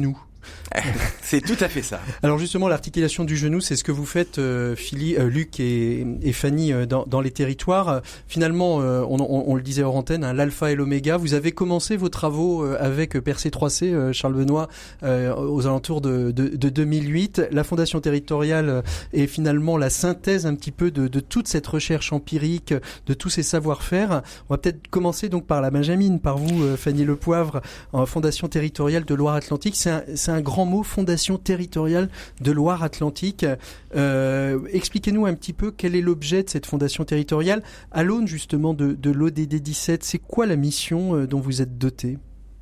S5: C'est tout à fait ça.
S1: Alors justement, l'articulation du genou, c'est ce que vous faites, euh, Philly, euh, Luc et, et Fanny, euh, dans, dans les territoires. Euh, finalement, euh, on, on, on le disait hors antenne, hein, l'alpha et l'oméga. Vous avez commencé vos travaux euh, avec Percé trois C, euh, Charles Benoît, euh, aux alentours de, de, de deux mille huit. La Fondation territoriale euh, est finalement la synthèse un petit peu de, de toute cette recherche empirique, de tous ces savoir-faire. On va peut-être commencer donc par la Benjamine, par vous, euh, Fanny Lepoivre, en Fondation territoriale de Loire-Atlantique. C'est un, c'est un grand mot, Fondation territoriale de Loire-Atlantique. Euh, expliquez-nous un petit peu quel est l'objet de cette fondation territoriale à l'aune justement de, de l'O D D dix-sept. C'est quoi la mission euh, dont vous êtes doté ?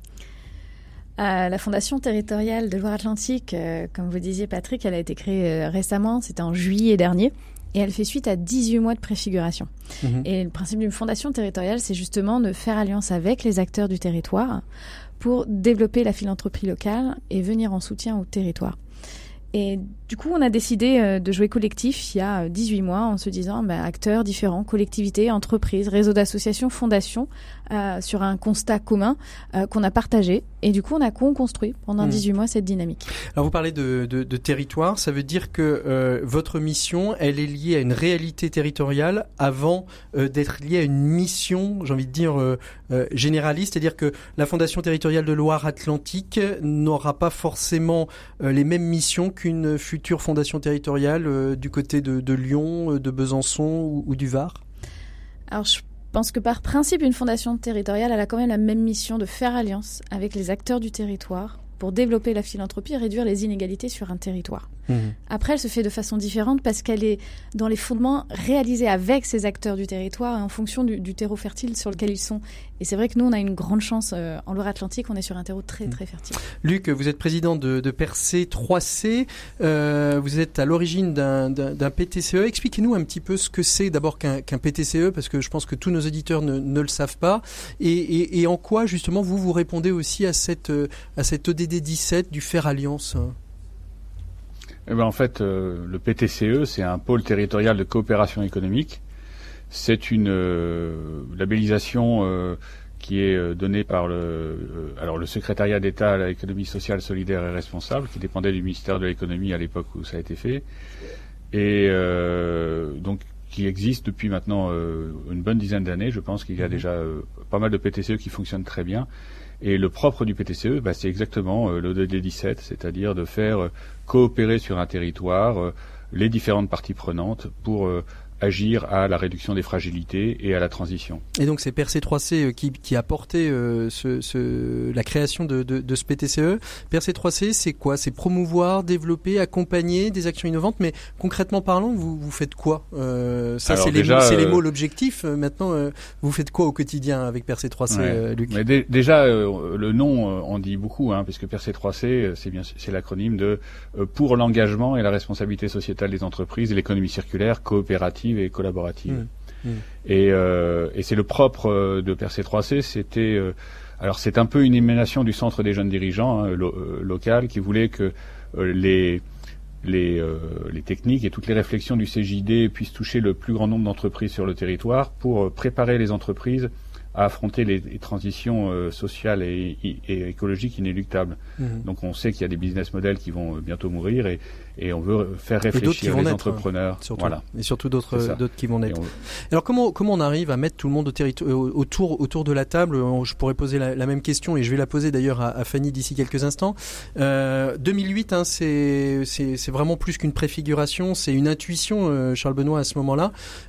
S6: Euh, la Fondation territoriale de Loire-Atlantique, euh, comme vous disiez Patrick, elle a été créée euh, récemment, c'était en juillet dernier. Et elle fait suite à dix-huit mois de préfiguration. Mmh. Et le principe d'une fondation territoriale, c'est justement de faire alliance avec les acteurs du territoire pour développer la philanthropie locale et venir en soutien au territoire. Et du coup, on a décidé de jouer collectif il y a dix-huit mois en se disant bah, acteurs différents, collectivités, entreprises, réseaux d'associations, fondations, euh, sur un constat commun euh, qu'on a partagé. Et du coup, on a co-construit pendant mmh. dix-huit mois cette dynamique.
S1: Alors, vous parlez de, de, de territoire. Ça veut dire que euh, votre mission, elle est liée à une réalité territoriale avant euh, d'être liée à une mission, j'ai envie de dire, euh, euh, généraliste. C'est-à-dire que la Fondation territoriale de Loire-Atlantique n'aura pas forcément euh, les mêmes missions qu'une future fondation territoriale euh, du côté de, de Lyon, de Besançon ou, ou du Var ?
S6: Alors, je pense que par principe, une fondation territoriale, elle a quand même la même mission de faire alliance avec les acteurs du territoire pour développer la philanthropie et réduire les inégalités sur un territoire. Mmh. Après, elle se fait de façon différente parce qu'elle est dans les fondements réalisés avec ces acteurs du territoire et en fonction du, du terreau fertile sur lequel ils sont. Et c'est vrai que nous, on a une grande chance euh, en Loire-Atlantique, on est sur un terreau très, très fertile.
S1: Luc, vous êtes président de, de Percé trois C. Euh, vous êtes à l'origine d'un, d'un, d'un P T C E. Expliquez-nous un petit peu ce que c'est d'abord qu'un, qu'un P T C E, parce que je pense que tous nos auditeurs ne, ne le savent pas. Et, et, et en quoi, justement, vous vous répondez aussi à cette, à cette O D D dix-sept du faire alliance ?
S7: Eh ben en fait, euh, le P T C E, c'est un pôle territorial de coopération économique. C'est une euh, labellisation euh, qui est euh, donnée par le, euh, alors le secrétariat d'État à l'économie sociale, solidaire et responsable, qui dépendait du ministère de l'économie à l'époque où ça a été fait, et euh, donc qui existe depuis maintenant euh, une bonne dizaine d'années. Je pense qu'il y a déjà euh, pas mal de P T C E qui fonctionnent très bien. Et le propre du P T C E, bah, c'est exactement euh, l'O D D dix-sept, c'est-à-dire de faire euh, coopérer sur un territoire euh, les différentes parties prenantes pour euh, agir à la réduction des fragilités et à la transition.
S1: Et donc c'est Percé trois C qui, qui a porté euh, ce, ce, la création de, de, de ce P T C E. Percé trois C, c'est quoi ? C'est promouvoir, développer, accompagner des actions innovantes, mais concrètement parlant, vous, vous faites quoi ? euh, Ça, Alors c'est, déjà, les mots, c'est les mots, l'objectif. Maintenant, euh, vous faites quoi au quotidien avec Percé trois C, ouais. euh, Luc ?
S7: Mais d- Déjà, euh, le nom euh, en dit beaucoup, hein, puisque Percé trois C, c'est, bien, c'est l'acronyme de euh, pour l'engagement et la responsabilité sociétale des entreprises et l'économie circulaire, coopérative et collaborative. Mmh, mmh. Et, euh, et c'est le propre de Percé trois C, c'était euh, alors c'est un peu une émanation du Centre des jeunes dirigeants hein, lo, euh, local qui voulait que euh, les les, euh, les techniques et toutes les réflexions du C J D puissent toucher le plus grand nombre d'entreprises sur le territoire pour euh, préparer les entreprises à affronter les, les transitions euh, sociales et, et, et écologiques inéluctables. Mmh. Donc on sait qu'il y a des business models qui vont euh, bientôt mourir et, et on veut faire réfléchir les naître, entrepreneurs.
S1: Surtout.
S7: Voilà.
S1: Et surtout d'autres, d'autres qui vont naître. On... Alors comment, comment on arrive à mettre tout le monde au terri- autour, autour de la table ? Je pourrais poser la, la même question et je vais la poser d'ailleurs à, à Fanny d'ici quelques instants. Euh, deux mille huit, hein, c'est, c'est, c'est vraiment plus qu'une préfiguration, c'est une intuition, euh, Charles Benoît, à ce moment-là.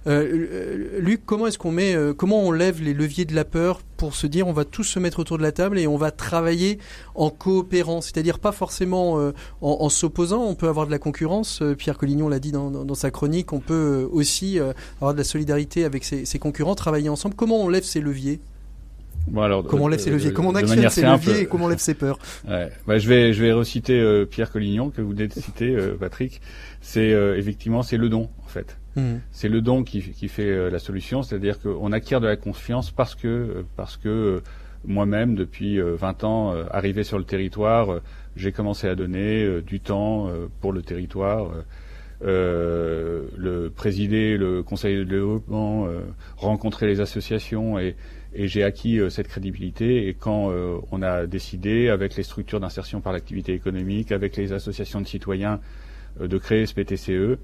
S1: Euh, Luc, comment est-ce qu'on met, euh, comment on lève les leviers de la peur pour se dire on va tous se mettre autour de la table et on va travailler en coopérant, c'est-à-dire pas forcément euh, en, en s'opposant, on peut avoir de la concurrence, euh, Pierre Collignon l'a dit dans, dans, dans sa chronique, on peut aussi euh, avoir de la solidarité avec ses, ses concurrents, travailler ensemble. Comment on lève ces leviers ? Bon, alors, comment on lève ses leviers, comment on actionne ses leviers et comment on lève ses peurs.
S7: Ouais. Bah, je vais, je vais reciter euh, Pierre Collignon que vous venez de citer, euh, Patrick. C'est euh, effectivement, c'est le don en fait. Mmh. C'est le don qui, qui fait euh, la solution, c'est-à-dire qu'on acquiert de la confiance parce que, euh, parce que euh, moi-même, depuis euh, vingt ans, euh, arrivé sur le territoire, euh, j'ai commencé à donner euh, du temps euh, pour le territoire. Euh, euh, le présider le conseil de développement, euh, rencontrer les associations et, et j'ai acquis euh, cette crédibilité. Et quand euh, on a décidé, avec les structures d'insertion par l'activité économique, avec les associations de citoyens, euh, de créer ce P T C E,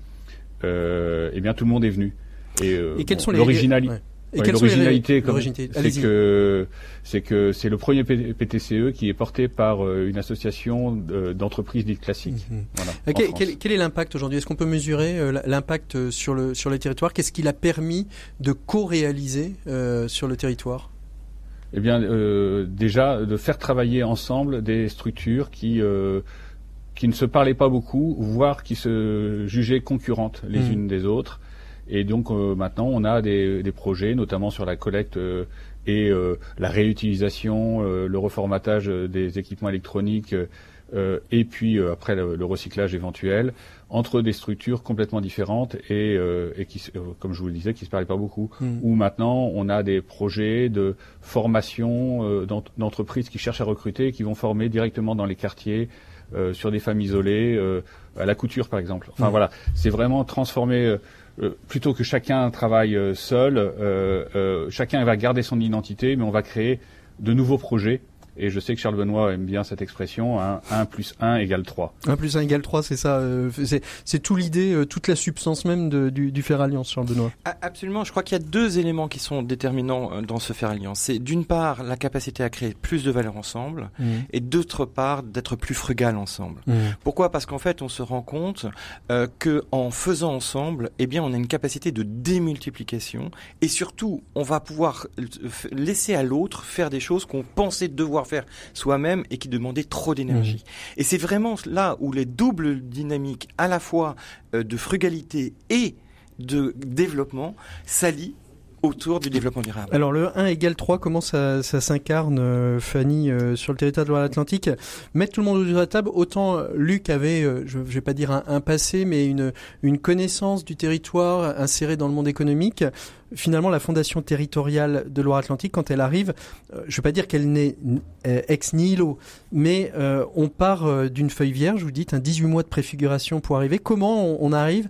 S7: euh, eh bien tout le monde est venu. Et, euh,
S1: et quelles
S7: bon,
S1: sont les
S7: l'originalité
S1: ouais.
S7: Ouais, l'originalité,
S1: les...
S7: comme,
S1: l'originalité.
S7: c'est que c'est que c'est le premier P T C E qui est porté par euh, une association d'entreprises dites classiques.
S1: Mmh.
S7: Voilà,
S1: quel, quel, quel est l'impact aujourd'hui? Est-ce qu'on peut mesurer euh, l'impact sur le sur le territoire? Qu'est-ce qu'il a permis de co-réaliser euh, sur le territoire?
S7: Eh bien, euh, déjà de faire travailler ensemble des structures qui euh, qui ne se parlaient pas beaucoup, voire qui se jugeaient concurrentes les mmh. unes des autres. Et donc euh, maintenant, on a des, des projets, notamment sur la collecte euh, et euh, la réutilisation, euh, le reformatage des équipements électroniques, euh, et puis euh, après le, le recyclage éventuel, entre des structures complètement différentes et, euh, et qui, euh, comme je vous le disais, qui se parlaient pas beaucoup. Mmh. Où maintenant, on a des projets de formation euh, d'entreprises qui cherchent à recruter, et qui vont former directement dans les quartiers, euh, sur des femmes isolées, euh, à la couture par exemple. Enfin mmh. voilà, c'est vraiment transformer. Euh, Euh, plutôt que chacun travaille euh, seul, euh, euh, chacun va garder son identité, mais on va créer de nouveaux projets. Et je sais que Charles Benoît aime bien cette expression, hein, un plus un égale trois.
S1: un plus un égale trois, c'est ça. Euh, c'est, c'est tout l'idée, euh, toute la substance même de, du, du Faire Alliance, Charles Benoît.
S5: Absolument. Je crois qu'il y a deux éléments qui sont déterminants dans ce Faire Alliance. C'est d'une part la capacité à créer plus de valeur ensemble, mmh. et d'autre part d'être plus frugal ensemble. Mmh. Pourquoi ? Parce qu'en fait, on se rend compte euh, que en faisant ensemble, eh bien, on a une capacité de démultiplication, et surtout, on va pouvoir laisser à l'autre faire des choses qu'on pensait devoir faire soi-même et qui demandait trop d'énergie. Mmh. Et c'est vraiment là où les doubles dynamiques à la fois euh, de frugalité et de développement s'allient autour du développement durable.
S1: Alors le un égale trois, comment ça, ça s'incarne, euh, Fanny, euh, sur le territoire de Loire-Atlantique? Mettre tout le monde autour de la table, autant euh, Luc avait, euh, je ne vais pas dire un, un passé, mais une, une connaissance du territoire insérée dans le monde économique. Finalement, la Fondation territoriale de Loire-Atlantique, quand elle arrive, euh, je ne vais pas dire qu'elle n'est euh, ex nihilo, mais euh, on part euh, d'une feuille vierge, vous dites, un dix-huit mois de préfiguration pour arriver. Comment on, on arrive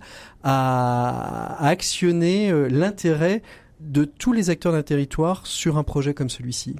S1: à, à actionner euh, l'intérêt de tous les acteurs d'un territoire sur un projet comme celui-ci?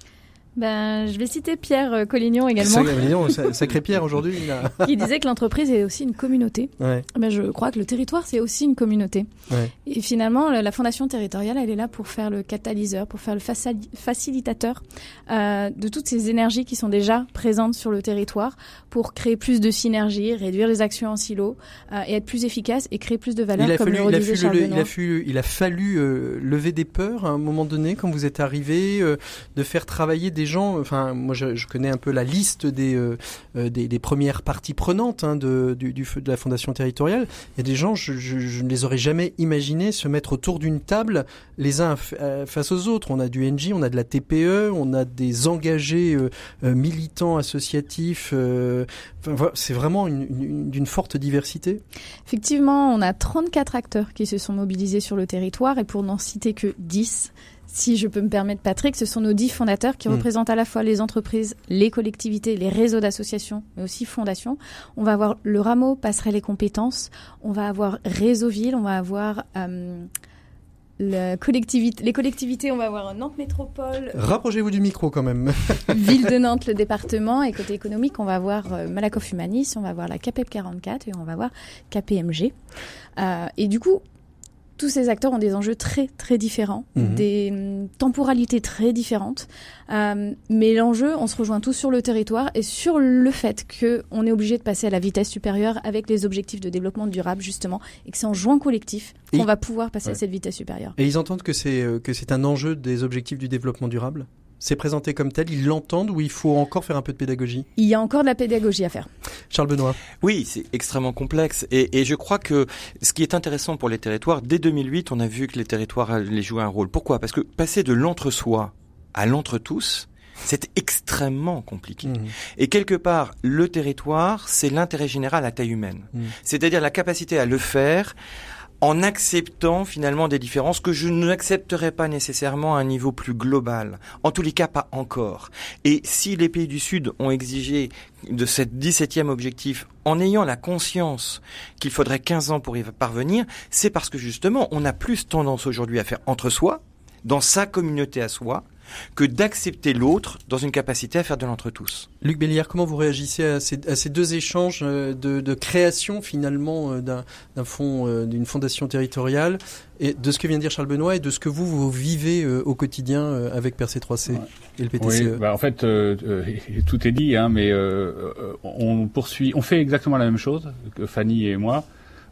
S6: Ben, je vais citer Pierre Collignon également.
S1: Sacré, Collignon, sacré Pierre aujourd'hui. A...
S6: qui disait que l'entreprise est aussi une communauté.
S1: Ouais.
S6: Ben, je crois que le territoire, c'est aussi une communauté.
S1: Ouais.
S6: Et finalement, la Fondation territoriale, elle est là pour faire le catalyseur, pour faire le facilitateur euh, de toutes ces énergies qui sont déjà présentes sur le territoire, pour créer plus de synergie, réduire les actions en silo euh, et être plus efficace et créer plus de valeur,
S1: il a
S6: comme
S1: fallu,
S6: le redisait Charles
S1: le,
S6: Benoît.
S1: il a fallu, il a fallu euh, lever des peurs à un moment donné quand vous êtes arrivé, euh, de faire travailler des gens. Enfin, moi, je, je connais un peu la liste des euh, des, des premières parties prenantes hein, de du, du de la Fondation territoriale. Il y a des gens, je, je, je ne les aurais jamais imaginés se mettre autour d'une table les uns f- face aux autres. On a du N J, on a de la T P E, on a des engagés euh, euh, militants associatifs. Euh, enfin, c'est vraiment une, une, d'une forte diversité.
S6: Effectivement, on a trente-quatre acteurs qui se sont mobilisés sur le territoire, et pour n'en citer que dix, si je peux me permettre, Patrick, ce sont nos dix fondateurs qui mmh. représentent à la fois les entreprises, les collectivités, les réseaux d'associations, mais aussi fondations. On va avoir le rameau Passerelles et compétences, on va avoir Réseau Ville, on va avoir euh, le collectivité, les collectivités, on va avoir Nantes Métropole.
S1: Rapprochez-vous du micro quand même.
S6: Ville de Nantes, le département, et côté économique, on va avoir euh, Malakoff Humanis, on va avoir la C A P E P quarante-quatre et on va avoir K P M G. Euh, et du coup, tous ces acteurs ont des enjeux très, très différents, mmh. des euh, temporalités très différentes. Euh, mais l'enjeu, on se rejoint tous sur le territoire et sur le fait qu'on est obligé de passer à la vitesse supérieure avec les objectifs de développement durable, justement, et que c'est en jouant collectif qu'on et... va pouvoir passer ouais. à cette vitesse supérieure.
S1: Et ils entendent que c'est, euh, que c'est un enjeu des objectifs du développement durable ? C'est présenté comme tel, ils l'entendent ou il faut encore faire un peu de pédagogie? Il
S6: y a encore de la pédagogie à faire.
S1: Charles Benoît.
S5: Oui, c'est extrêmement complexe et, et je crois que ce qui est intéressant pour les territoires, dès deux mille huit, on a vu que les territoires allaient jouer un rôle. Pourquoi ? Parce que passer de l'entre-soi à l'entre-tous, c'est extrêmement compliqué. Mmh. Et quelque part, le territoire, c'est l'intérêt général à taille humaine. Mmh. C'est-à-dire la capacité à le faire en acceptant finalement des différences que je n'accepterai pas nécessairement à un niveau plus global. En tous les cas, pas encore. Et si les pays du Sud ont exigé de cette dix-septième objectif en ayant la conscience qu'il faudrait quinze ans pour y parvenir, c'est parce que justement, on a plus tendance aujourd'hui à faire entre soi, dans sa communauté à soi, que d'accepter l'autre dans une capacité à faire de l'entre-tous.
S1: Luc Bellière, comment vous réagissez à ces, à ces deux échanges de, de création finalement d'un, d'un fonds, d'une fondation territoriale, et de ce que vient de dire Charles Benoît et de ce que vous, vous vivez au quotidien avec Percé trois C ouais. et le P T C E?
S7: Oui, bah en fait, euh, euh, tout est dit, hein, mais euh, on poursuit, on fait exactement la même chose que Fanny et moi.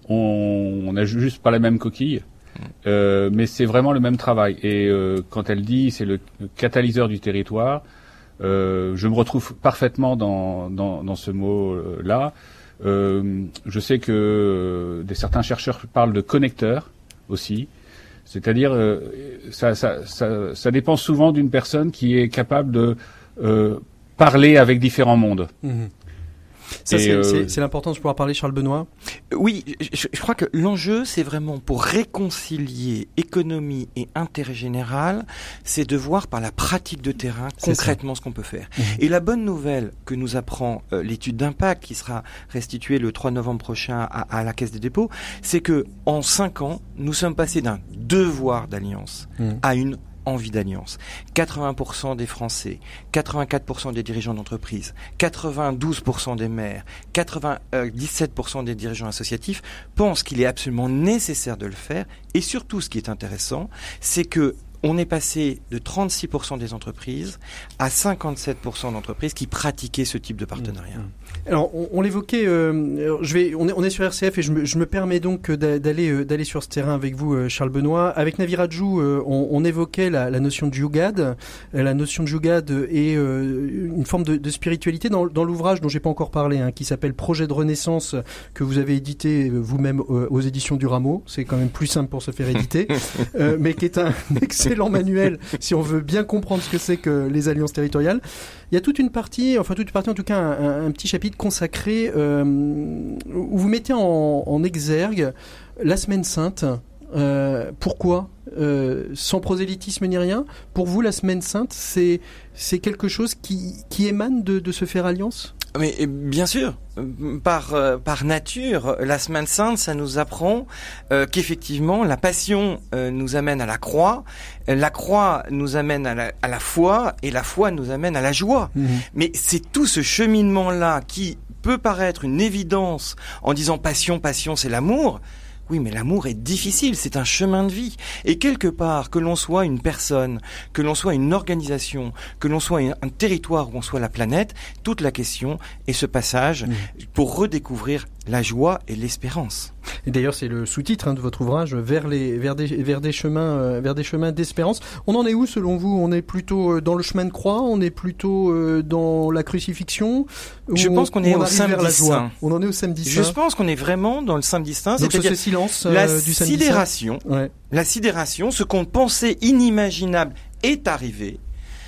S7: On, on a juste pas la même coquille. Euh, mais c'est vraiment le même travail. Et euh, quand elle dit c'est le catalyseur du territoire, euh, je me retrouve parfaitement dans, dans, dans ce mot-là. Euh, je sais que euh, des, certains chercheurs parlent de connecteur aussi. C'est-à-dire, euh, ça, ça, ça, ça dépend souvent d'une personne qui est capable de euh, parler avec différents mondes.
S1: Mmh. Ça, c'est, euh... c'est, c'est l'importance de pouvoir parler, Charles Benoît.
S5: Oui, je, je crois que l'enjeu, c'est vraiment pour réconcilier économie et intérêt général, c'est de voir par la pratique de terrain concrètement ce qu'on peut faire. Mmh. Et la bonne nouvelle que nous apprend euh, l'étude d'impact qui sera restituée le trois novembre prochain à, à la Caisse des dépôts, c'est que en cinq ans, nous sommes passés d'un devoir d'alliance mmh. à une envie d'alliance. quatre-vingts pour cent des Français, quatre-vingt-quatre pour cent des dirigeants d'entreprise, quatre-vingt-douze pour cent des maires, quatre-vingt-dix-sept pour cent des dirigeants associatifs pensent qu'il est absolument nécessaire de le faire. Et surtout, ce qui est intéressant, c'est que on est passé de trente-six pour cent des entreprises à cinquante-sept pour cent d'entreprises qui pratiquaient ce type de partenariat.
S1: Alors, on, on l'évoquait, euh, je vais, on est, on est sur R C F et je me, je me permets donc d'aller, euh, d'aller sur ce terrain avec vous, Charles Benoît. Avec Navi Radjou, euh, on, on évoquait la, la notion de Jugad. La notion de Jugad est euh, une forme de, de spiritualité dans, dans l'ouvrage dont j'ai pas encore parlé, hein, qui s'appelle Projet de Renaissance, que vous avez édité vous-même euh, aux éditions du Rameau. C'est quand même plus simple pour se faire éditer, euh, mais qui est un excellent manuel si on veut bien comprendre ce que c'est que les alliances territoriales. Il y a toute une partie, enfin toute une partie en tout cas, un, un petit chapitre consacré euh, où vous mettez en, en exergue la Semaine Sainte. Euh, pourquoi euh, sans prosélytisme ni rien? Pour vous, la Semaine Sainte, c'est, c'est quelque chose qui, qui émane de, de se faire alliance?
S5: Mais bien sûr, par euh, par nature, la Semaine Sainte, ça nous apprend euh, qu'effectivement la passion euh, nous amène à la croix, la croix nous amène à la, à la foi, et la foi nous amène à la joie. Mmh. Mais c'est tout ce cheminement-là qui peut paraître une évidence en disant passion, passion, c'est l'amour. Oui, mais l'amour est difficile, c'est un chemin de vie. Et quelque part, que l'on soit une personne, que l'on soit une organisation, que l'on soit un territoire ou qu'on soit la planète, toute la question est ce passage mmh. pour redécouvrir la joie et l'espérance.
S1: Et d'ailleurs, c'est le sous-titre hein, de votre ouvrage, vers les vers des vers des chemins euh, vers des chemins d'espérance. On en est où selon vous? On est plutôt dans le chemin de croix? On est plutôt euh, dans la crucifixion?
S5: Je pense qu'on est au samedi saint.
S1: On en est au samedi saint.
S5: Je pense qu'on est vraiment dans le samedi saint.
S1: Donc c'est-à-dire ce silence euh,
S5: la
S1: du samedi
S5: sidération.
S1: saint. Ouais.
S5: La sidération, ce qu'on pensait inimaginable est arrivé,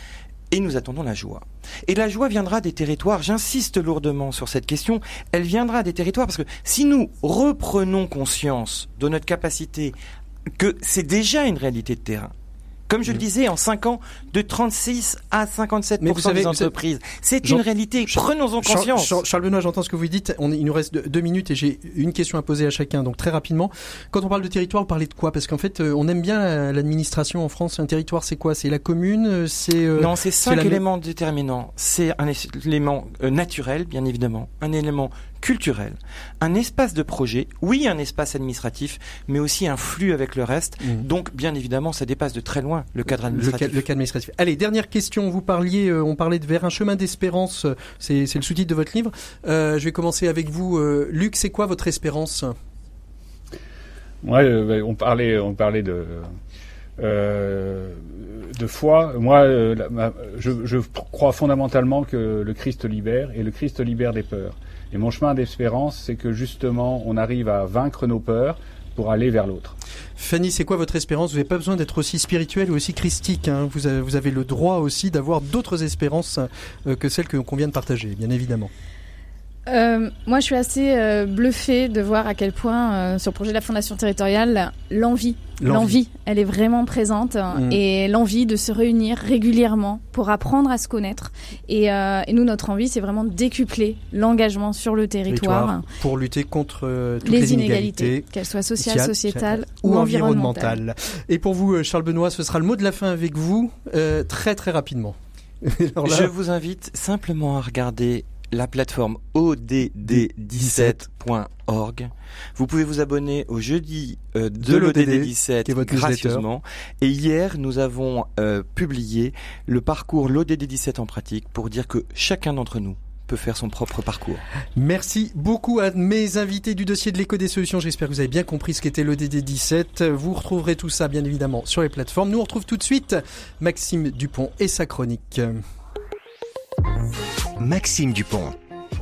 S5: et nous attendons la joie. Et la joie viendra des territoires, j'insiste lourdement sur cette question, elle viendra des territoires parce que si nous reprenons conscience de notre capacité, que c'est déjà une réalité de terrain, comme je mmh. le disais, en cinq ans, de trente-six à cinquante-sept pour cent des entreprises. C'est Jean, une réalité. Prenons-en conscience.
S1: Charles, Charles Benoît, j'entends ce que vous dites. On, il nous reste deux, deux minutes et j'ai une question à poser à chacun. Donc très rapidement, quand on parle de territoire, vous parlez de quoi? Parce qu'en fait, on aime bien l'administration en France. Un territoire, c'est quoi? C'est la commune? C'est euh,
S5: non, c'est cinq c'est éléments la... déterminants. C'est un élément euh, naturel, bien évidemment, un élément culturel, un espace de projet, oui, un espace administratif, mais aussi un flux avec le reste. Mmh. Donc, bien évidemment, ça dépasse de très loin le cadre administratif.
S1: Le, le cadre administratif. Allez, dernière question. Vous parliez, euh, on parlait de vers un chemin d'espérance. C'est, c'est le sous-titre de votre livre. Euh, je vais commencer avec vous, euh, Luc. C'est quoi votre espérance?
S7: Ouais, euh, on parlait, on parlait de. Euh, de foi. Moi, euh, la, ma, je, je crois fondamentalement que le Christ libère et le Christ libère des peurs. Et mon chemin d'espérance, c'est que justement, on arrive à vaincre nos peurs pour aller vers l'autre.
S1: Fanny, c'est quoi votre espérance? Vous n'avez pas besoin d'être aussi spirituel ou aussi christique. Hein. Vous, avez, vous avez le droit aussi d'avoir d'autres espérances euh, que celles que, qu'on vient de partager, bien évidemment.
S6: Euh, moi, je suis assez euh, bluffée de voir à quel point, euh, sur le projet de la Fondation territoriale, l'envie, l'envie, l'envie elle est vraiment présente mmh. et l'envie de se réunir régulièrement pour apprendre à se connaître. Et, euh, et nous, notre envie, c'est vraiment de décupler l'engagement sur le territoire, territoire
S1: pour lutter contre euh, toutes
S6: les,
S1: les
S6: inégalités,
S1: inégalités,
S6: qu'elles soient sociales, sociétales
S1: ou,
S6: ou
S1: environnementales.
S6: environnementales.
S1: Et pour vous, Charles Benoît, ce sera le mot de la fin avec vous, euh, très très rapidement.
S5: Alors là... Je vous invite simplement à regarder la plateforme O D D dix-sept point org. Vous pouvez vous abonner au jeudi euh, de, de l'O D D dix-sept gracieusement. Et hier, nous avons euh, publié le parcours l'O D D dix-sept en pratique pour dire que chacun d'entre nous peut faire son propre parcours.
S1: Merci beaucoup à mes invités du dossier de l'éco des solutions. J'espère que vous avez bien compris ce qu'était l'O D D dix-sept. Vous retrouverez tout ça, bien évidemment, sur les plateformes. Nous, on retrouve tout de suite Maxime Dupont et sa chronique.
S8: Maxime Dupont.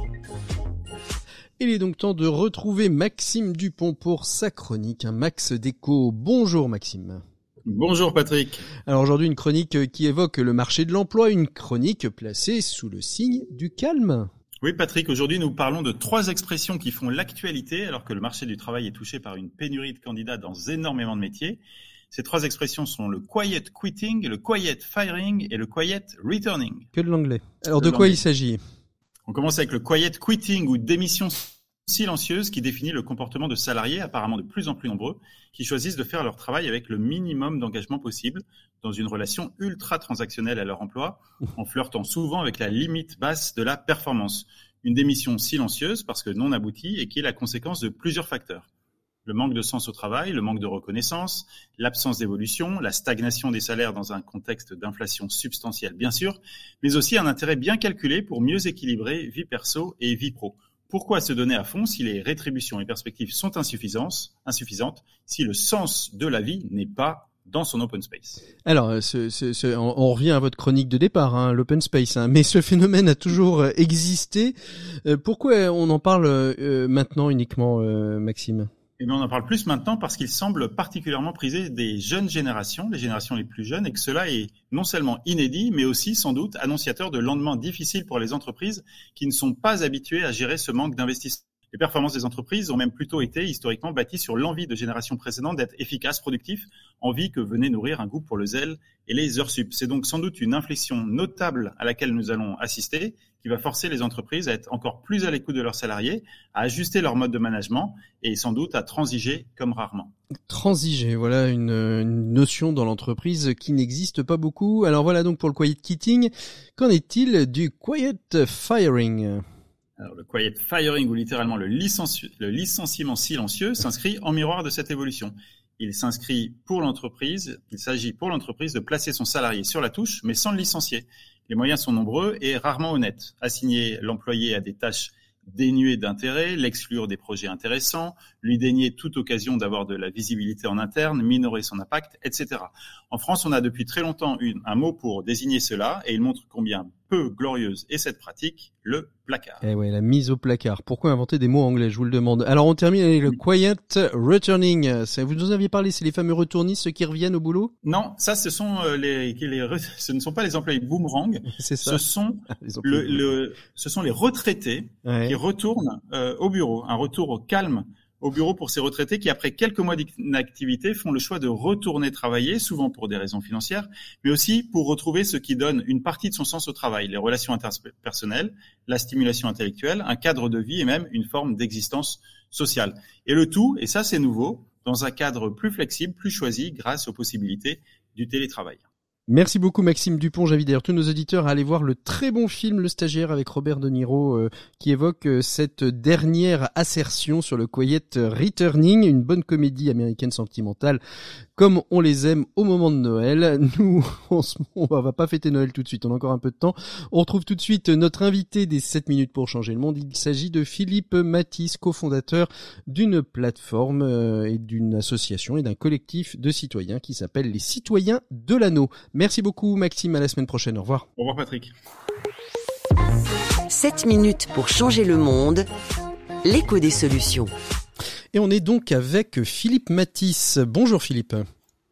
S1: Il est donc temps de retrouver Maxime Dupont pour sa chronique, un Max d'éco. Bonjour Maxime.
S9: Bonjour Patrick.
S1: Alors aujourd'hui une chronique qui évoque le marché de l'emploi, une chronique placée sous le signe du calme.
S9: Oui Patrick, aujourd'hui nous parlons de trois expressions qui font l'actualité alors que le marché du travail est touché par une pénurie de candidats dans énormément de métiers. Ces trois expressions sont le quiet quitting, le quiet firing et le quiet returning.
S1: Que de l'anglais. Alors de, de quoi l'anglais. Il s'agit ?
S9: On commence avec le quiet quitting ou démission silencieuse qui définit le comportement de salariés apparemment de plus en plus nombreux qui choisissent de faire leur travail avec le minimum d'engagement possible dans une relation ultra transactionnelle à leur emploi en flirtant souvent avec la limite basse de la performance. Une démission silencieuse parce que non aboutie et qui est la conséquence de plusieurs facteurs. Le manque de sens au travail, le manque de reconnaissance, l'absence d'évolution, la stagnation des salaires dans un contexte d'inflation substantielle, bien sûr, mais aussi un intérêt bien calculé pour mieux équilibrer vie perso et vie pro. Pourquoi se donner à fond si les rétributions et perspectives sont insuffisantes, insuffisantes si le sens de la vie n'est pas dans son open space?
S1: Alors, ce, ce, ce, on, on revient à votre chronique de départ, hein, l'open space, hein, mais ce phénomène a toujours existé. Euh, pourquoi on en parle euh, maintenant uniquement, euh, Maxime ?
S9: Eh bien, on en parle plus maintenant parce qu'il semble particulièrement prisé des jeunes générations, les générations les plus jeunes, et que cela est non seulement inédit, mais aussi sans doute annonciateur de lendemains difficiles pour les entreprises qui ne sont pas habituées à gérer ce manque d'investissement. Les performances des entreprises ont même plutôt été historiquement bâties sur l'envie de générations précédentes d'être efficaces, productifs, envie que venait nourrir un goût pour le zèle et les heures sup. C'est donc sans doute une inflexion notable à laquelle nous allons assister, qui va forcer les entreprises à être encore plus à l'écoute de leurs salariés, à ajuster leur mode de management et sans doute à transiger comme rarement.
S1: Transiger, voilà une, une notion dans l'entreprise qui n'existe pas beaucoup. Alors voilà donc pour le quiet quitting. Qu'en est-il du quiet firing ?
S9: Alors, le quiet firing, ou littéralement le, licenci- le licenciement silencieux, s'inscrit en miroir de cette évolution. Il s'inscrit pour l'entreprise, il s'agit pour l'entreprise de placer son salarié sur la touche, mais sans le licencier. Les moyens sont nombreux et rarement honnêtes. Assigner l'employé à des tâches dénuées d'intérêt, l'exclure des projets intéressants, lui dénier toute occasion d'avoir de la visibilité en interne, minorer son impact, et cetera. En France, on a depuis très longtemps une, un mot pour désigner cela et il montre combien peu glorieuse est cette pratique, le placard.
S1: Eh ouais, la mise au placard. Pourquoi inventer des mots anglais, je vous le demande. Alors on termine avec le quiet returning. Ça, vous nous aviez parlé, c'est les fameux retournistes, ceux qui reviennent au boulot ?
S9: Non, ça ce sont euh, les, les, ce ne sont pas les employés boomerang.
S1: C'est ça.
S9: Ce sont le, le, ce sont les retraités ouais. qui retournent euh, au bureau. Un retour au calme au bureau pour ces retraités qui, après quelques mois d'inactivité, font le choix de retourner travailler, souvent pour des raisons financières, mais aussi pour retrouver ce qui donne une partie de son sens au travail, les relations interpersonnelles, la stimulation intellectuelle, un cadre de vie et même une forme d'existence sociale. Et le tout, et ça c'est nouveau, dans un cadre plus flexible, plus choisi grâce aux possibilités du télétravail.
S1: Merci beaucoup Maxime Dupont. J'invite d'ailleurs tous nos auditeurs à aller voir le très bon film Le Stagiaire avec Robert De Niro euh, qui évoque euh, cette dernière assertion sur le quiet returning, une bonne comédie américaine sentimentale comme on les aime au moment de Noël. Nous, on, se, on va pas fêter Noël tout de suite, on a encore un peu de temps. On retrouve tout de suite notre invité des sept minutes pour changer le monde. Il s'agit de Philippe Mathis, cofondateur d'une plateforme euh, et d'une association et d'un collectif de citoyens qui s'appelle les Citoyens de l'Anneau. Merci beaucoup Maxime, à la semaine prochaine, au revoir.
S9: Au revoir Patrick.
S2: sept minutes pour changer le monde, l'écho des solutions.
S1: Et on est donc avec Philippe Mathis. Bonjour Philippe.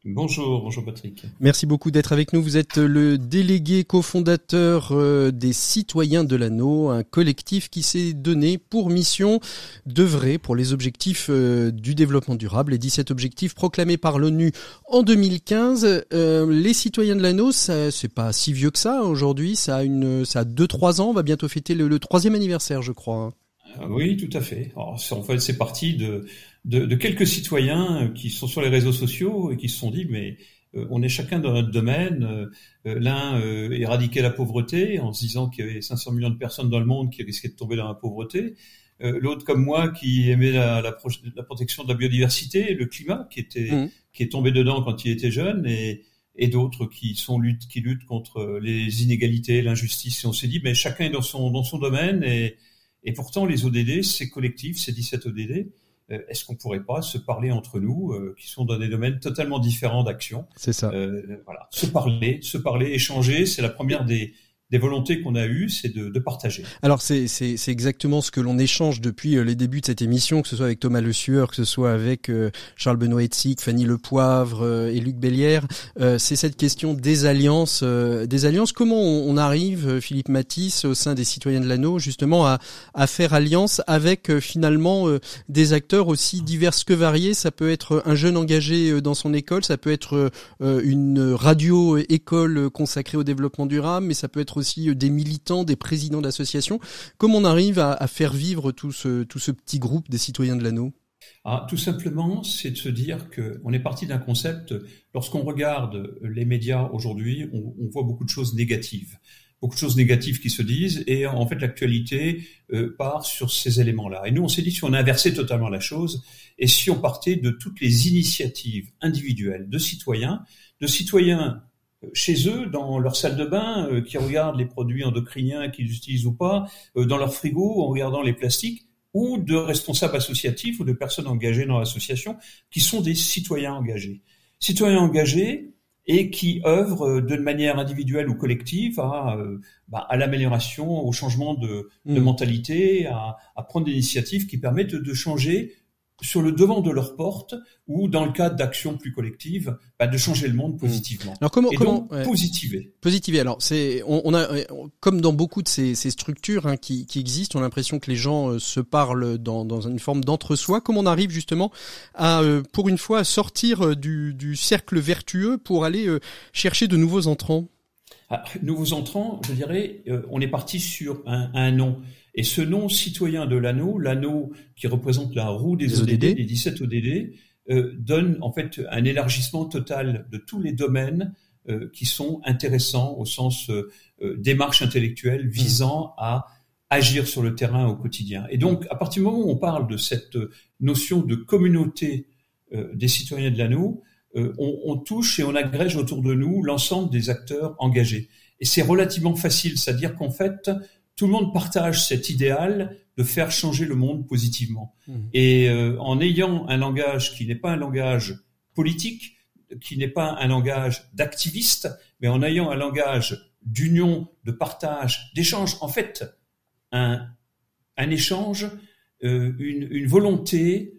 S8: Bonjour, bonjour Patrick.
S1: Merci beaucoup d'être avec nous. Vous êtes le délégué cofondateur des Citoyens de l'Anneau, un collectif qui s'est donné pour mission d'œuvrer pour les objectifs du développement durable, les dix-sept objectifs proclamés par l'ONU en deux mille quinze. Euh, les Citoyens de l'Anneau, ça, c'est pas si vieux que ça aujourd'hui, ça a une, ça a deux, trois ans, on va bientôt fêter le, le troisième anniversaire, je crois.
S8: Oui, tout à fait. Alors, c'est, en fait, c'est parti de, de, de quelques citoyens qui sont sur les réseaux sociaux et qui se sont dit, mais euh, on est chacun dans notre domaine. Euh, l'un euh, éradiquait la pauvreté en se disant qu'il y avait cinq cents millions de personnes dans le monde qui risquaient de tomber dans la pauvreté. Euh, l'autre, comme moi, qui aimait la, la, pro- la protection de la biodiversité, le climat, qui était mmh. qui est tombé dedans quand il était jeune, et, et d'autres qui sont lutte, qui luttent contre les inégalités, l'injustice. Et on s'est dit, mais chacun est dans son dans son domaine et Et pourtant, les O D D, ces collectifs, ces dix-sept O D D, euh, est-ce qu'on pourrait pas se parler entre nous, euh, qui sont dans des domaines totalement différents d'action ?
S1: C'est ça.
S8: Euh, voilà, se parler, se parler, échanger, c'est la première des des volontés qu'on a eues, c'est de, de partager.
S1: Alors c'est, c'est, c'est exactement ce que l'on échange depuis les débuts de cette émission, que ce soit avec Thomas Le Sueur, que ce soit avec euh, Charles-Benoît Hetzig, Fanny Lepoivre euh, et Luc Bellière. Euh, c'est cette question des alliances. Euh, des alliances. Comment on, on arrive, Philippe Matisse, au sein des Citoyens de l'Anneau, justement à, à faire alliance avec euh, finalement euh, des acteurs aussi divers que variés. Ça peut être un jeune engagé dans son école, ça peut être euh, une radio-école consacrée au développement durable, mais ça peut être aussi des militants, des présidents d'associations. Comment on arrive à, à faire vivre tout ce, tout ce petit groupe des Citoyens de l'Anneau ?
S8: Ah, tout simplement, c'est de se dire que on est parti d'un concept. Lorsqu'on regarde les médias aujourd'hui, on, on voit beaucoup de choses négatives, beaucoup de choses négatives qui se disent, et en fait l'actualité euh, part sur ces éléments-là. Et nous, on s'est dit, si on inversait totalement la chose, et si on partait de toutes les initiatives individuelles de citoyens, de citoyens chez eux, dans leur salle de bain, euh, qui regardent les produits endocriniens qu'ils utilisent ou pas, euh, dans leur frigo, en regardant les plastiques, ou de responsables associatifs ou de personnes engagées dans l'association, qui sont des citoyens engagés. Citoyens engagés et qui œuvrent de manière individuelle ou collective à, euh, bah, à l'amélioration, au changement de, mmh. de mentalité, à, à prendre des initiatives qui permettent de, de changer sur le devant de leur porte, ou dans le cadre d'actions plus collectives, bah, de changer le monde positivement.
S1: Alors comment,
S8: et
S1: comment
S8: donc,
S1: ouais.
S8: positiver.
S1: Positiver. Alors c'est, on, on a, comme dans beaucoup de ces, ces structures hein, qui, qui existent, on a l'impression que les gens euh, se parlent dans, dans une forme d'entre-soi. Comment on arrive justement à, euh, pour une fois, à sortir du, du cercle vertueux pour aller euh, chercher de nouveaux entrants?
S8: Ah, nouveaux entrants, je dirais, euh, on est parti sur un, un nom. Et ce nom, Citoyen de l'Anneau, l'anneau qui représente la roue des, des O D D, O D D, des dix-sept O D D, euh, donne en fait un élargissement total de tous les domaines euh, qui sont intéressants au sens euh, démarche intellectuelle visant à agir sur le terrain au quotidien. Et donc, à partir du moment où on parle de cette notion de communauté euh, des Citoyens de l'Anneau, euh, on, on touche et on agrège autour de nous l'ensemble des acteurs engagés. Et c'est relativement facile, c'est-à-dire qu'en fait, tout le monde partage cet idéal de faire changer le monde positivement. Mmh. Et euh, en ayant un langage qui n'est pas un langage politique, qui n'est pas un langage d'activiste, mais en ayant un langage d'union, de partage, d'échange, en fait, un, un échange, euh, une, une volonté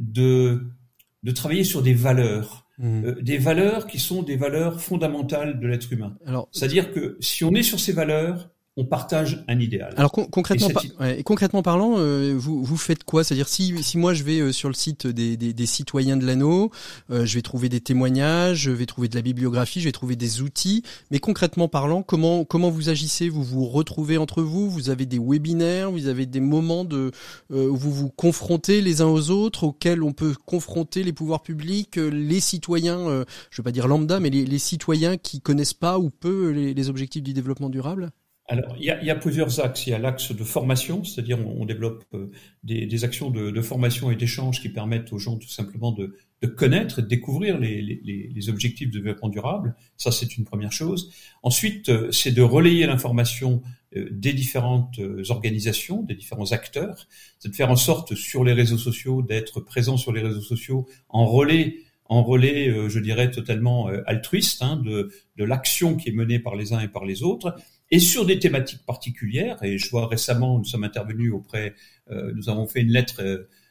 S8: de, de travailler sur des valeurs, mmh. euh, des valeurs qui sont des valeurs fondamentales de l'être humain. Alors, c'est-à-dire que si on est sur ces valeurs, on partage un idéal.
S1: Alors con- concrètement, par- ouais, concrètement parlant, euh, vous vous faites quoi ? C'est-à-dire si si moi je vais euh, sur le site des des, des Citoyens de l'Anneau, euh, je vais trouver des témoignages, je vais trouver de la bibliographie, je vais trouver des outils. Mais concrètement parlant, comment comment vous agissez ? Vous vous retrouvez entre vous ? Vous avez des webinaires ? Vous avez des moments de euh, où vous vous confrontez les uns aux autres, auxquels on peut confronter les pouvoirs publics, euh, les citoyens, euh, je veux pas dire lambda, mais les, les citoyens qui connaissent pas ou peu les, les objectifs du développement durable ?
S8: Alors, il y a, il y a plusieurs axes. Il y a l'axe de formation, c'est-à-dire on, on développe euh, des, des actions de, de formation et d'échange qui permettent aux gens tout simplement de, de connaître et de découvrir les, les, les objectifs de développement durable. Ça, c'est une première chose. Ensuite, euh, c'est de relayer l'information euh, des différentes euh, organisations, des différents acteurs. C'est de faire en sorte sur les réseaux sociaux, d'être présent sur les réseaux sociaux en relais en relais, euh, je dirais, totalement euh, altruiste, hein, de, de l'action qui est menée par les uns et par les autres, et sur des thématiques particulières. Et je vois récemment, nous sommes intervenus auprès, euh, nous avons fait une lettre, euh,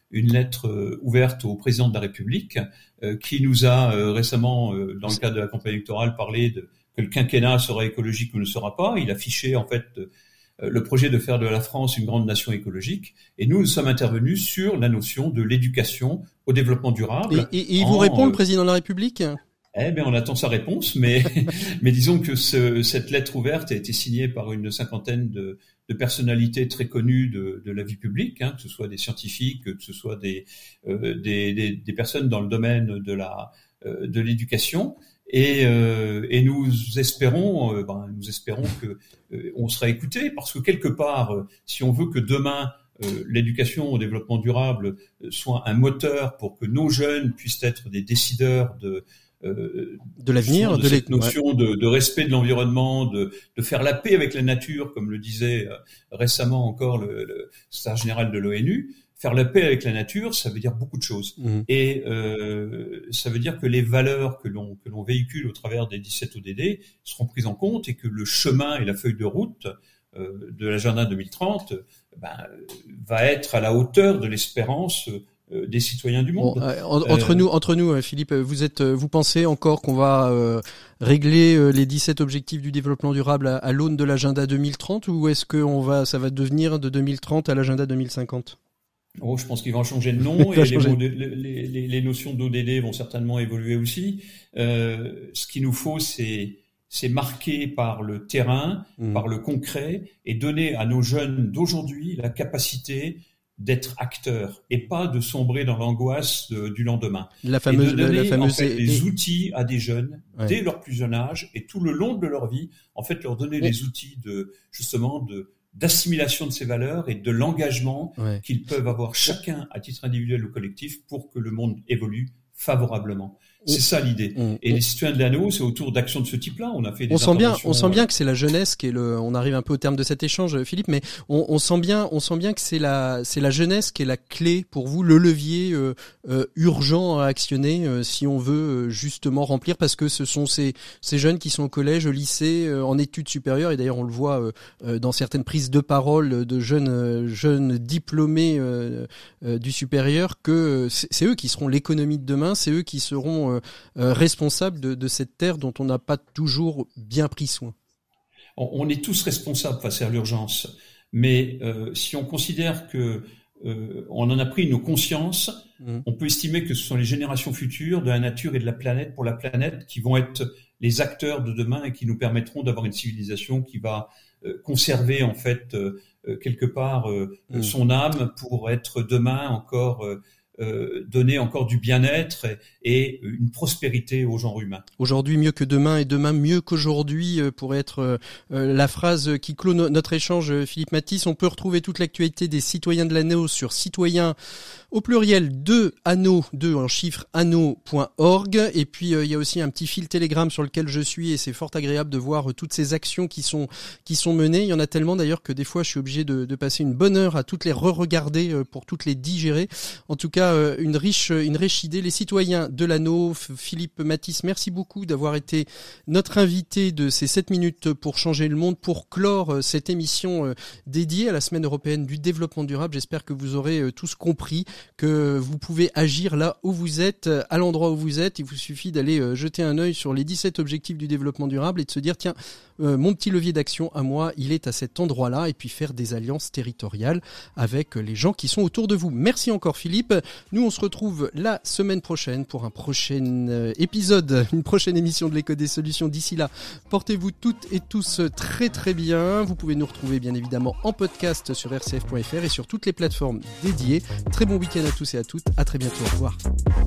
S8: une lettre euh, ouverte au président de la République, euh, qui nous a euh, récemment, euh, dans le cadre de la campagne électorale, parlé de que le quinquennat sera écologique ou ne sera pas. Il affichait en fait euh, le projet de faire de la France une grande nation écologique. Et nous, nous sommes intervenus sur la notion de l'éducation au développement durable.
S1: Et, et, et il vous répond, euh, le président de la République ?
S8: Eh bien, on attend sa réponse, mais mais disons que ce, cette lettre ouverte a été signée par une cinquantaine de, de personnalités très connues de, de la vie publique, hein, que ce soit des scientifiques, que ce soit des euh, des, des, des personnes dans le domaine de la euh, de l'éducation, et euh, et nous espérons, euh, ben, nous espérons que euh, on sera écouté, parce que quelque part, euh, si on veut que demain Euh, l'éducation au développement durable euh, soit un moteur pour que nos jeunes puissent être des décideurs de euh,
S1: de l'avenir,
S8: de, de cette notion ouais. de, de respect de l'environnement, de, de faire la paix avec la nature, comme le disait euh, récemment encore le, le secrétaire général de l'ONU. Faire la paix avec la nature, ça veut dire beaucoup de choses. Mmh. Et euh, ça veut dire que les valeurs que l'on que l'on véhicule au travers des dix-sept O D D seront prises en compte, et que le chemin et la feuille de route euh, de l'agenda deux mille trente ben, va être à la hauteur de l'espérance euh, des citoyens du monde.
S1: Bon, euh, entre euh, nous, entre nous, Philippe, vous êtes, vous pensez encore qu'on va euh, régler euh, les dix-sept objectifs du développement durable à, à l'aune de l'agenda deux mille trente, ou est-ce que on va, ça va devenir de deux mille trente à l'agenda deux mille cinquante?
S8: Oh, je pense qu'ils vont changer de nom et les, mots de, les, les, les notions d'O D D vont certainement évoluer aussi. Euh, ce qu'il nous faut, c'est c'est marqué par le terrain, mmh. par le concret, et donner à nos jeunes d'aujourd'hui la capacité d'être acteurs et pas de sombrer dans l'angoisse de, du lendemain.
S1: La fameuse,
S8: et de donner
S1: la fameuse
S8: en fait,
S1: et...
S8: des outils à des jeunes
S1: ouais.
S8: dès leur plus jeune âge et tout le long de leur vie, en fait, leur donner
S1: ouais.
S8: des outils de justement de d'assimilation de ces valeurs et de l'engagement ouais. qu'ils peuvent avoir chacun à titre individuel ou collectif pour que le monde évolue favorablement. C'est ça l'idée. Mmh. Et les citoyens de l'anneau, c'est autour d'actions de ce type-là. On a fait des
S1: on sent bien, on sent bien
S8: euh...
S1: que c'est la jeunesse qui est le. On arrive un peu au terme de cet échange, Philippe, mais on, on sent bien, on sent bien que c'est la, c'est la jeunesse qui est la clé pour vous, le levier euh, euh, urgent à actionner euh, si on veut euh, justement remplir, parce que ce sont ces ces jeunes qui sont au collège, au lycée, euh, en études supérieures, et d'ailleurs on le voit euh, euh, dans certaines prises de parole de jeunes euh, jeunes diplômés euh, euh, du supérieur, que euh, c'est, c'est eux qui seront l'économie de demain, c'est eux qui seront euh, euh, responsables de, de cette terre dont on n'a pas toujours bien pris soin.
S8: On, on est tous responsables face à l'urgence, mais euh, si on considère que euh, on en a pris nos consciences, mmh. on peut estimer que ce sont les générations futures de la nature et de la planète pour la planète qui vont être les acteurs de demain et qui nous permettront d'avoir une civilisation qui va euh, conserver en fait euh, quelque part euh, mmh. son âme pour être demain encore euh, Euh, donner encore du bien-être et, et une prospérité au genre humain.
S1: Aujourd'hui mieux que demain et demain mieux qu'aujourd'hui euh, pourrait être euh, euh, la phrase qui clôt no- notre échange, Philippe Mathis. On peut retrouver toute l'actualité des citoyens de l'anneau sur citoyens au pluriel deux anneau, deux en chiffre anneau point org, et puis euh, il y a aussi un petit fil Telegram sur lequel je suis et c'est fort agréable de voir euh, toutes ces actions qui sont qui sont menées. Il y en a tellement d'ailleurs que des fois je suis obligé de, de passer une bonne heure à toutes les re-regarder euh, pour toutes les digérer. En tout cas une riche, une riche idée. Les citoyens de l'anneau, Philippe Mathis, merci beaucoup d'avoir été notre invité de ces sept minutes pour changer le monde, pour clore cette émission dédiée à la semaine européenne du développement durable. J'espère que vous aurez tous compris que vous pouvez agir là où vous êtes, à l'endroit où vous êtes. Il vous suffit d'aller jeter un œil sur les dix-sept objectifs du développement durable et de se dire, tiens, euh, mon petit levier d'action à moi, il est à cet endroit-là, et puis faire des alliances territoriales avec les gens qui sont autour de vous. Merci encore, Philippe. Nous, on se retrouve la semaine prochaine pour un prochain épisode, une prochaine émission de l'Éco des Solutions. D'ici là, portez-vous toutes et tous très très bien. Vous pouvez nous retrouver bien évidemment en podcast sur r c f point f r et sur toutes les plateformes dédiées. Très bon week-end à tous et à toutes. À très bientôt. Au revoir.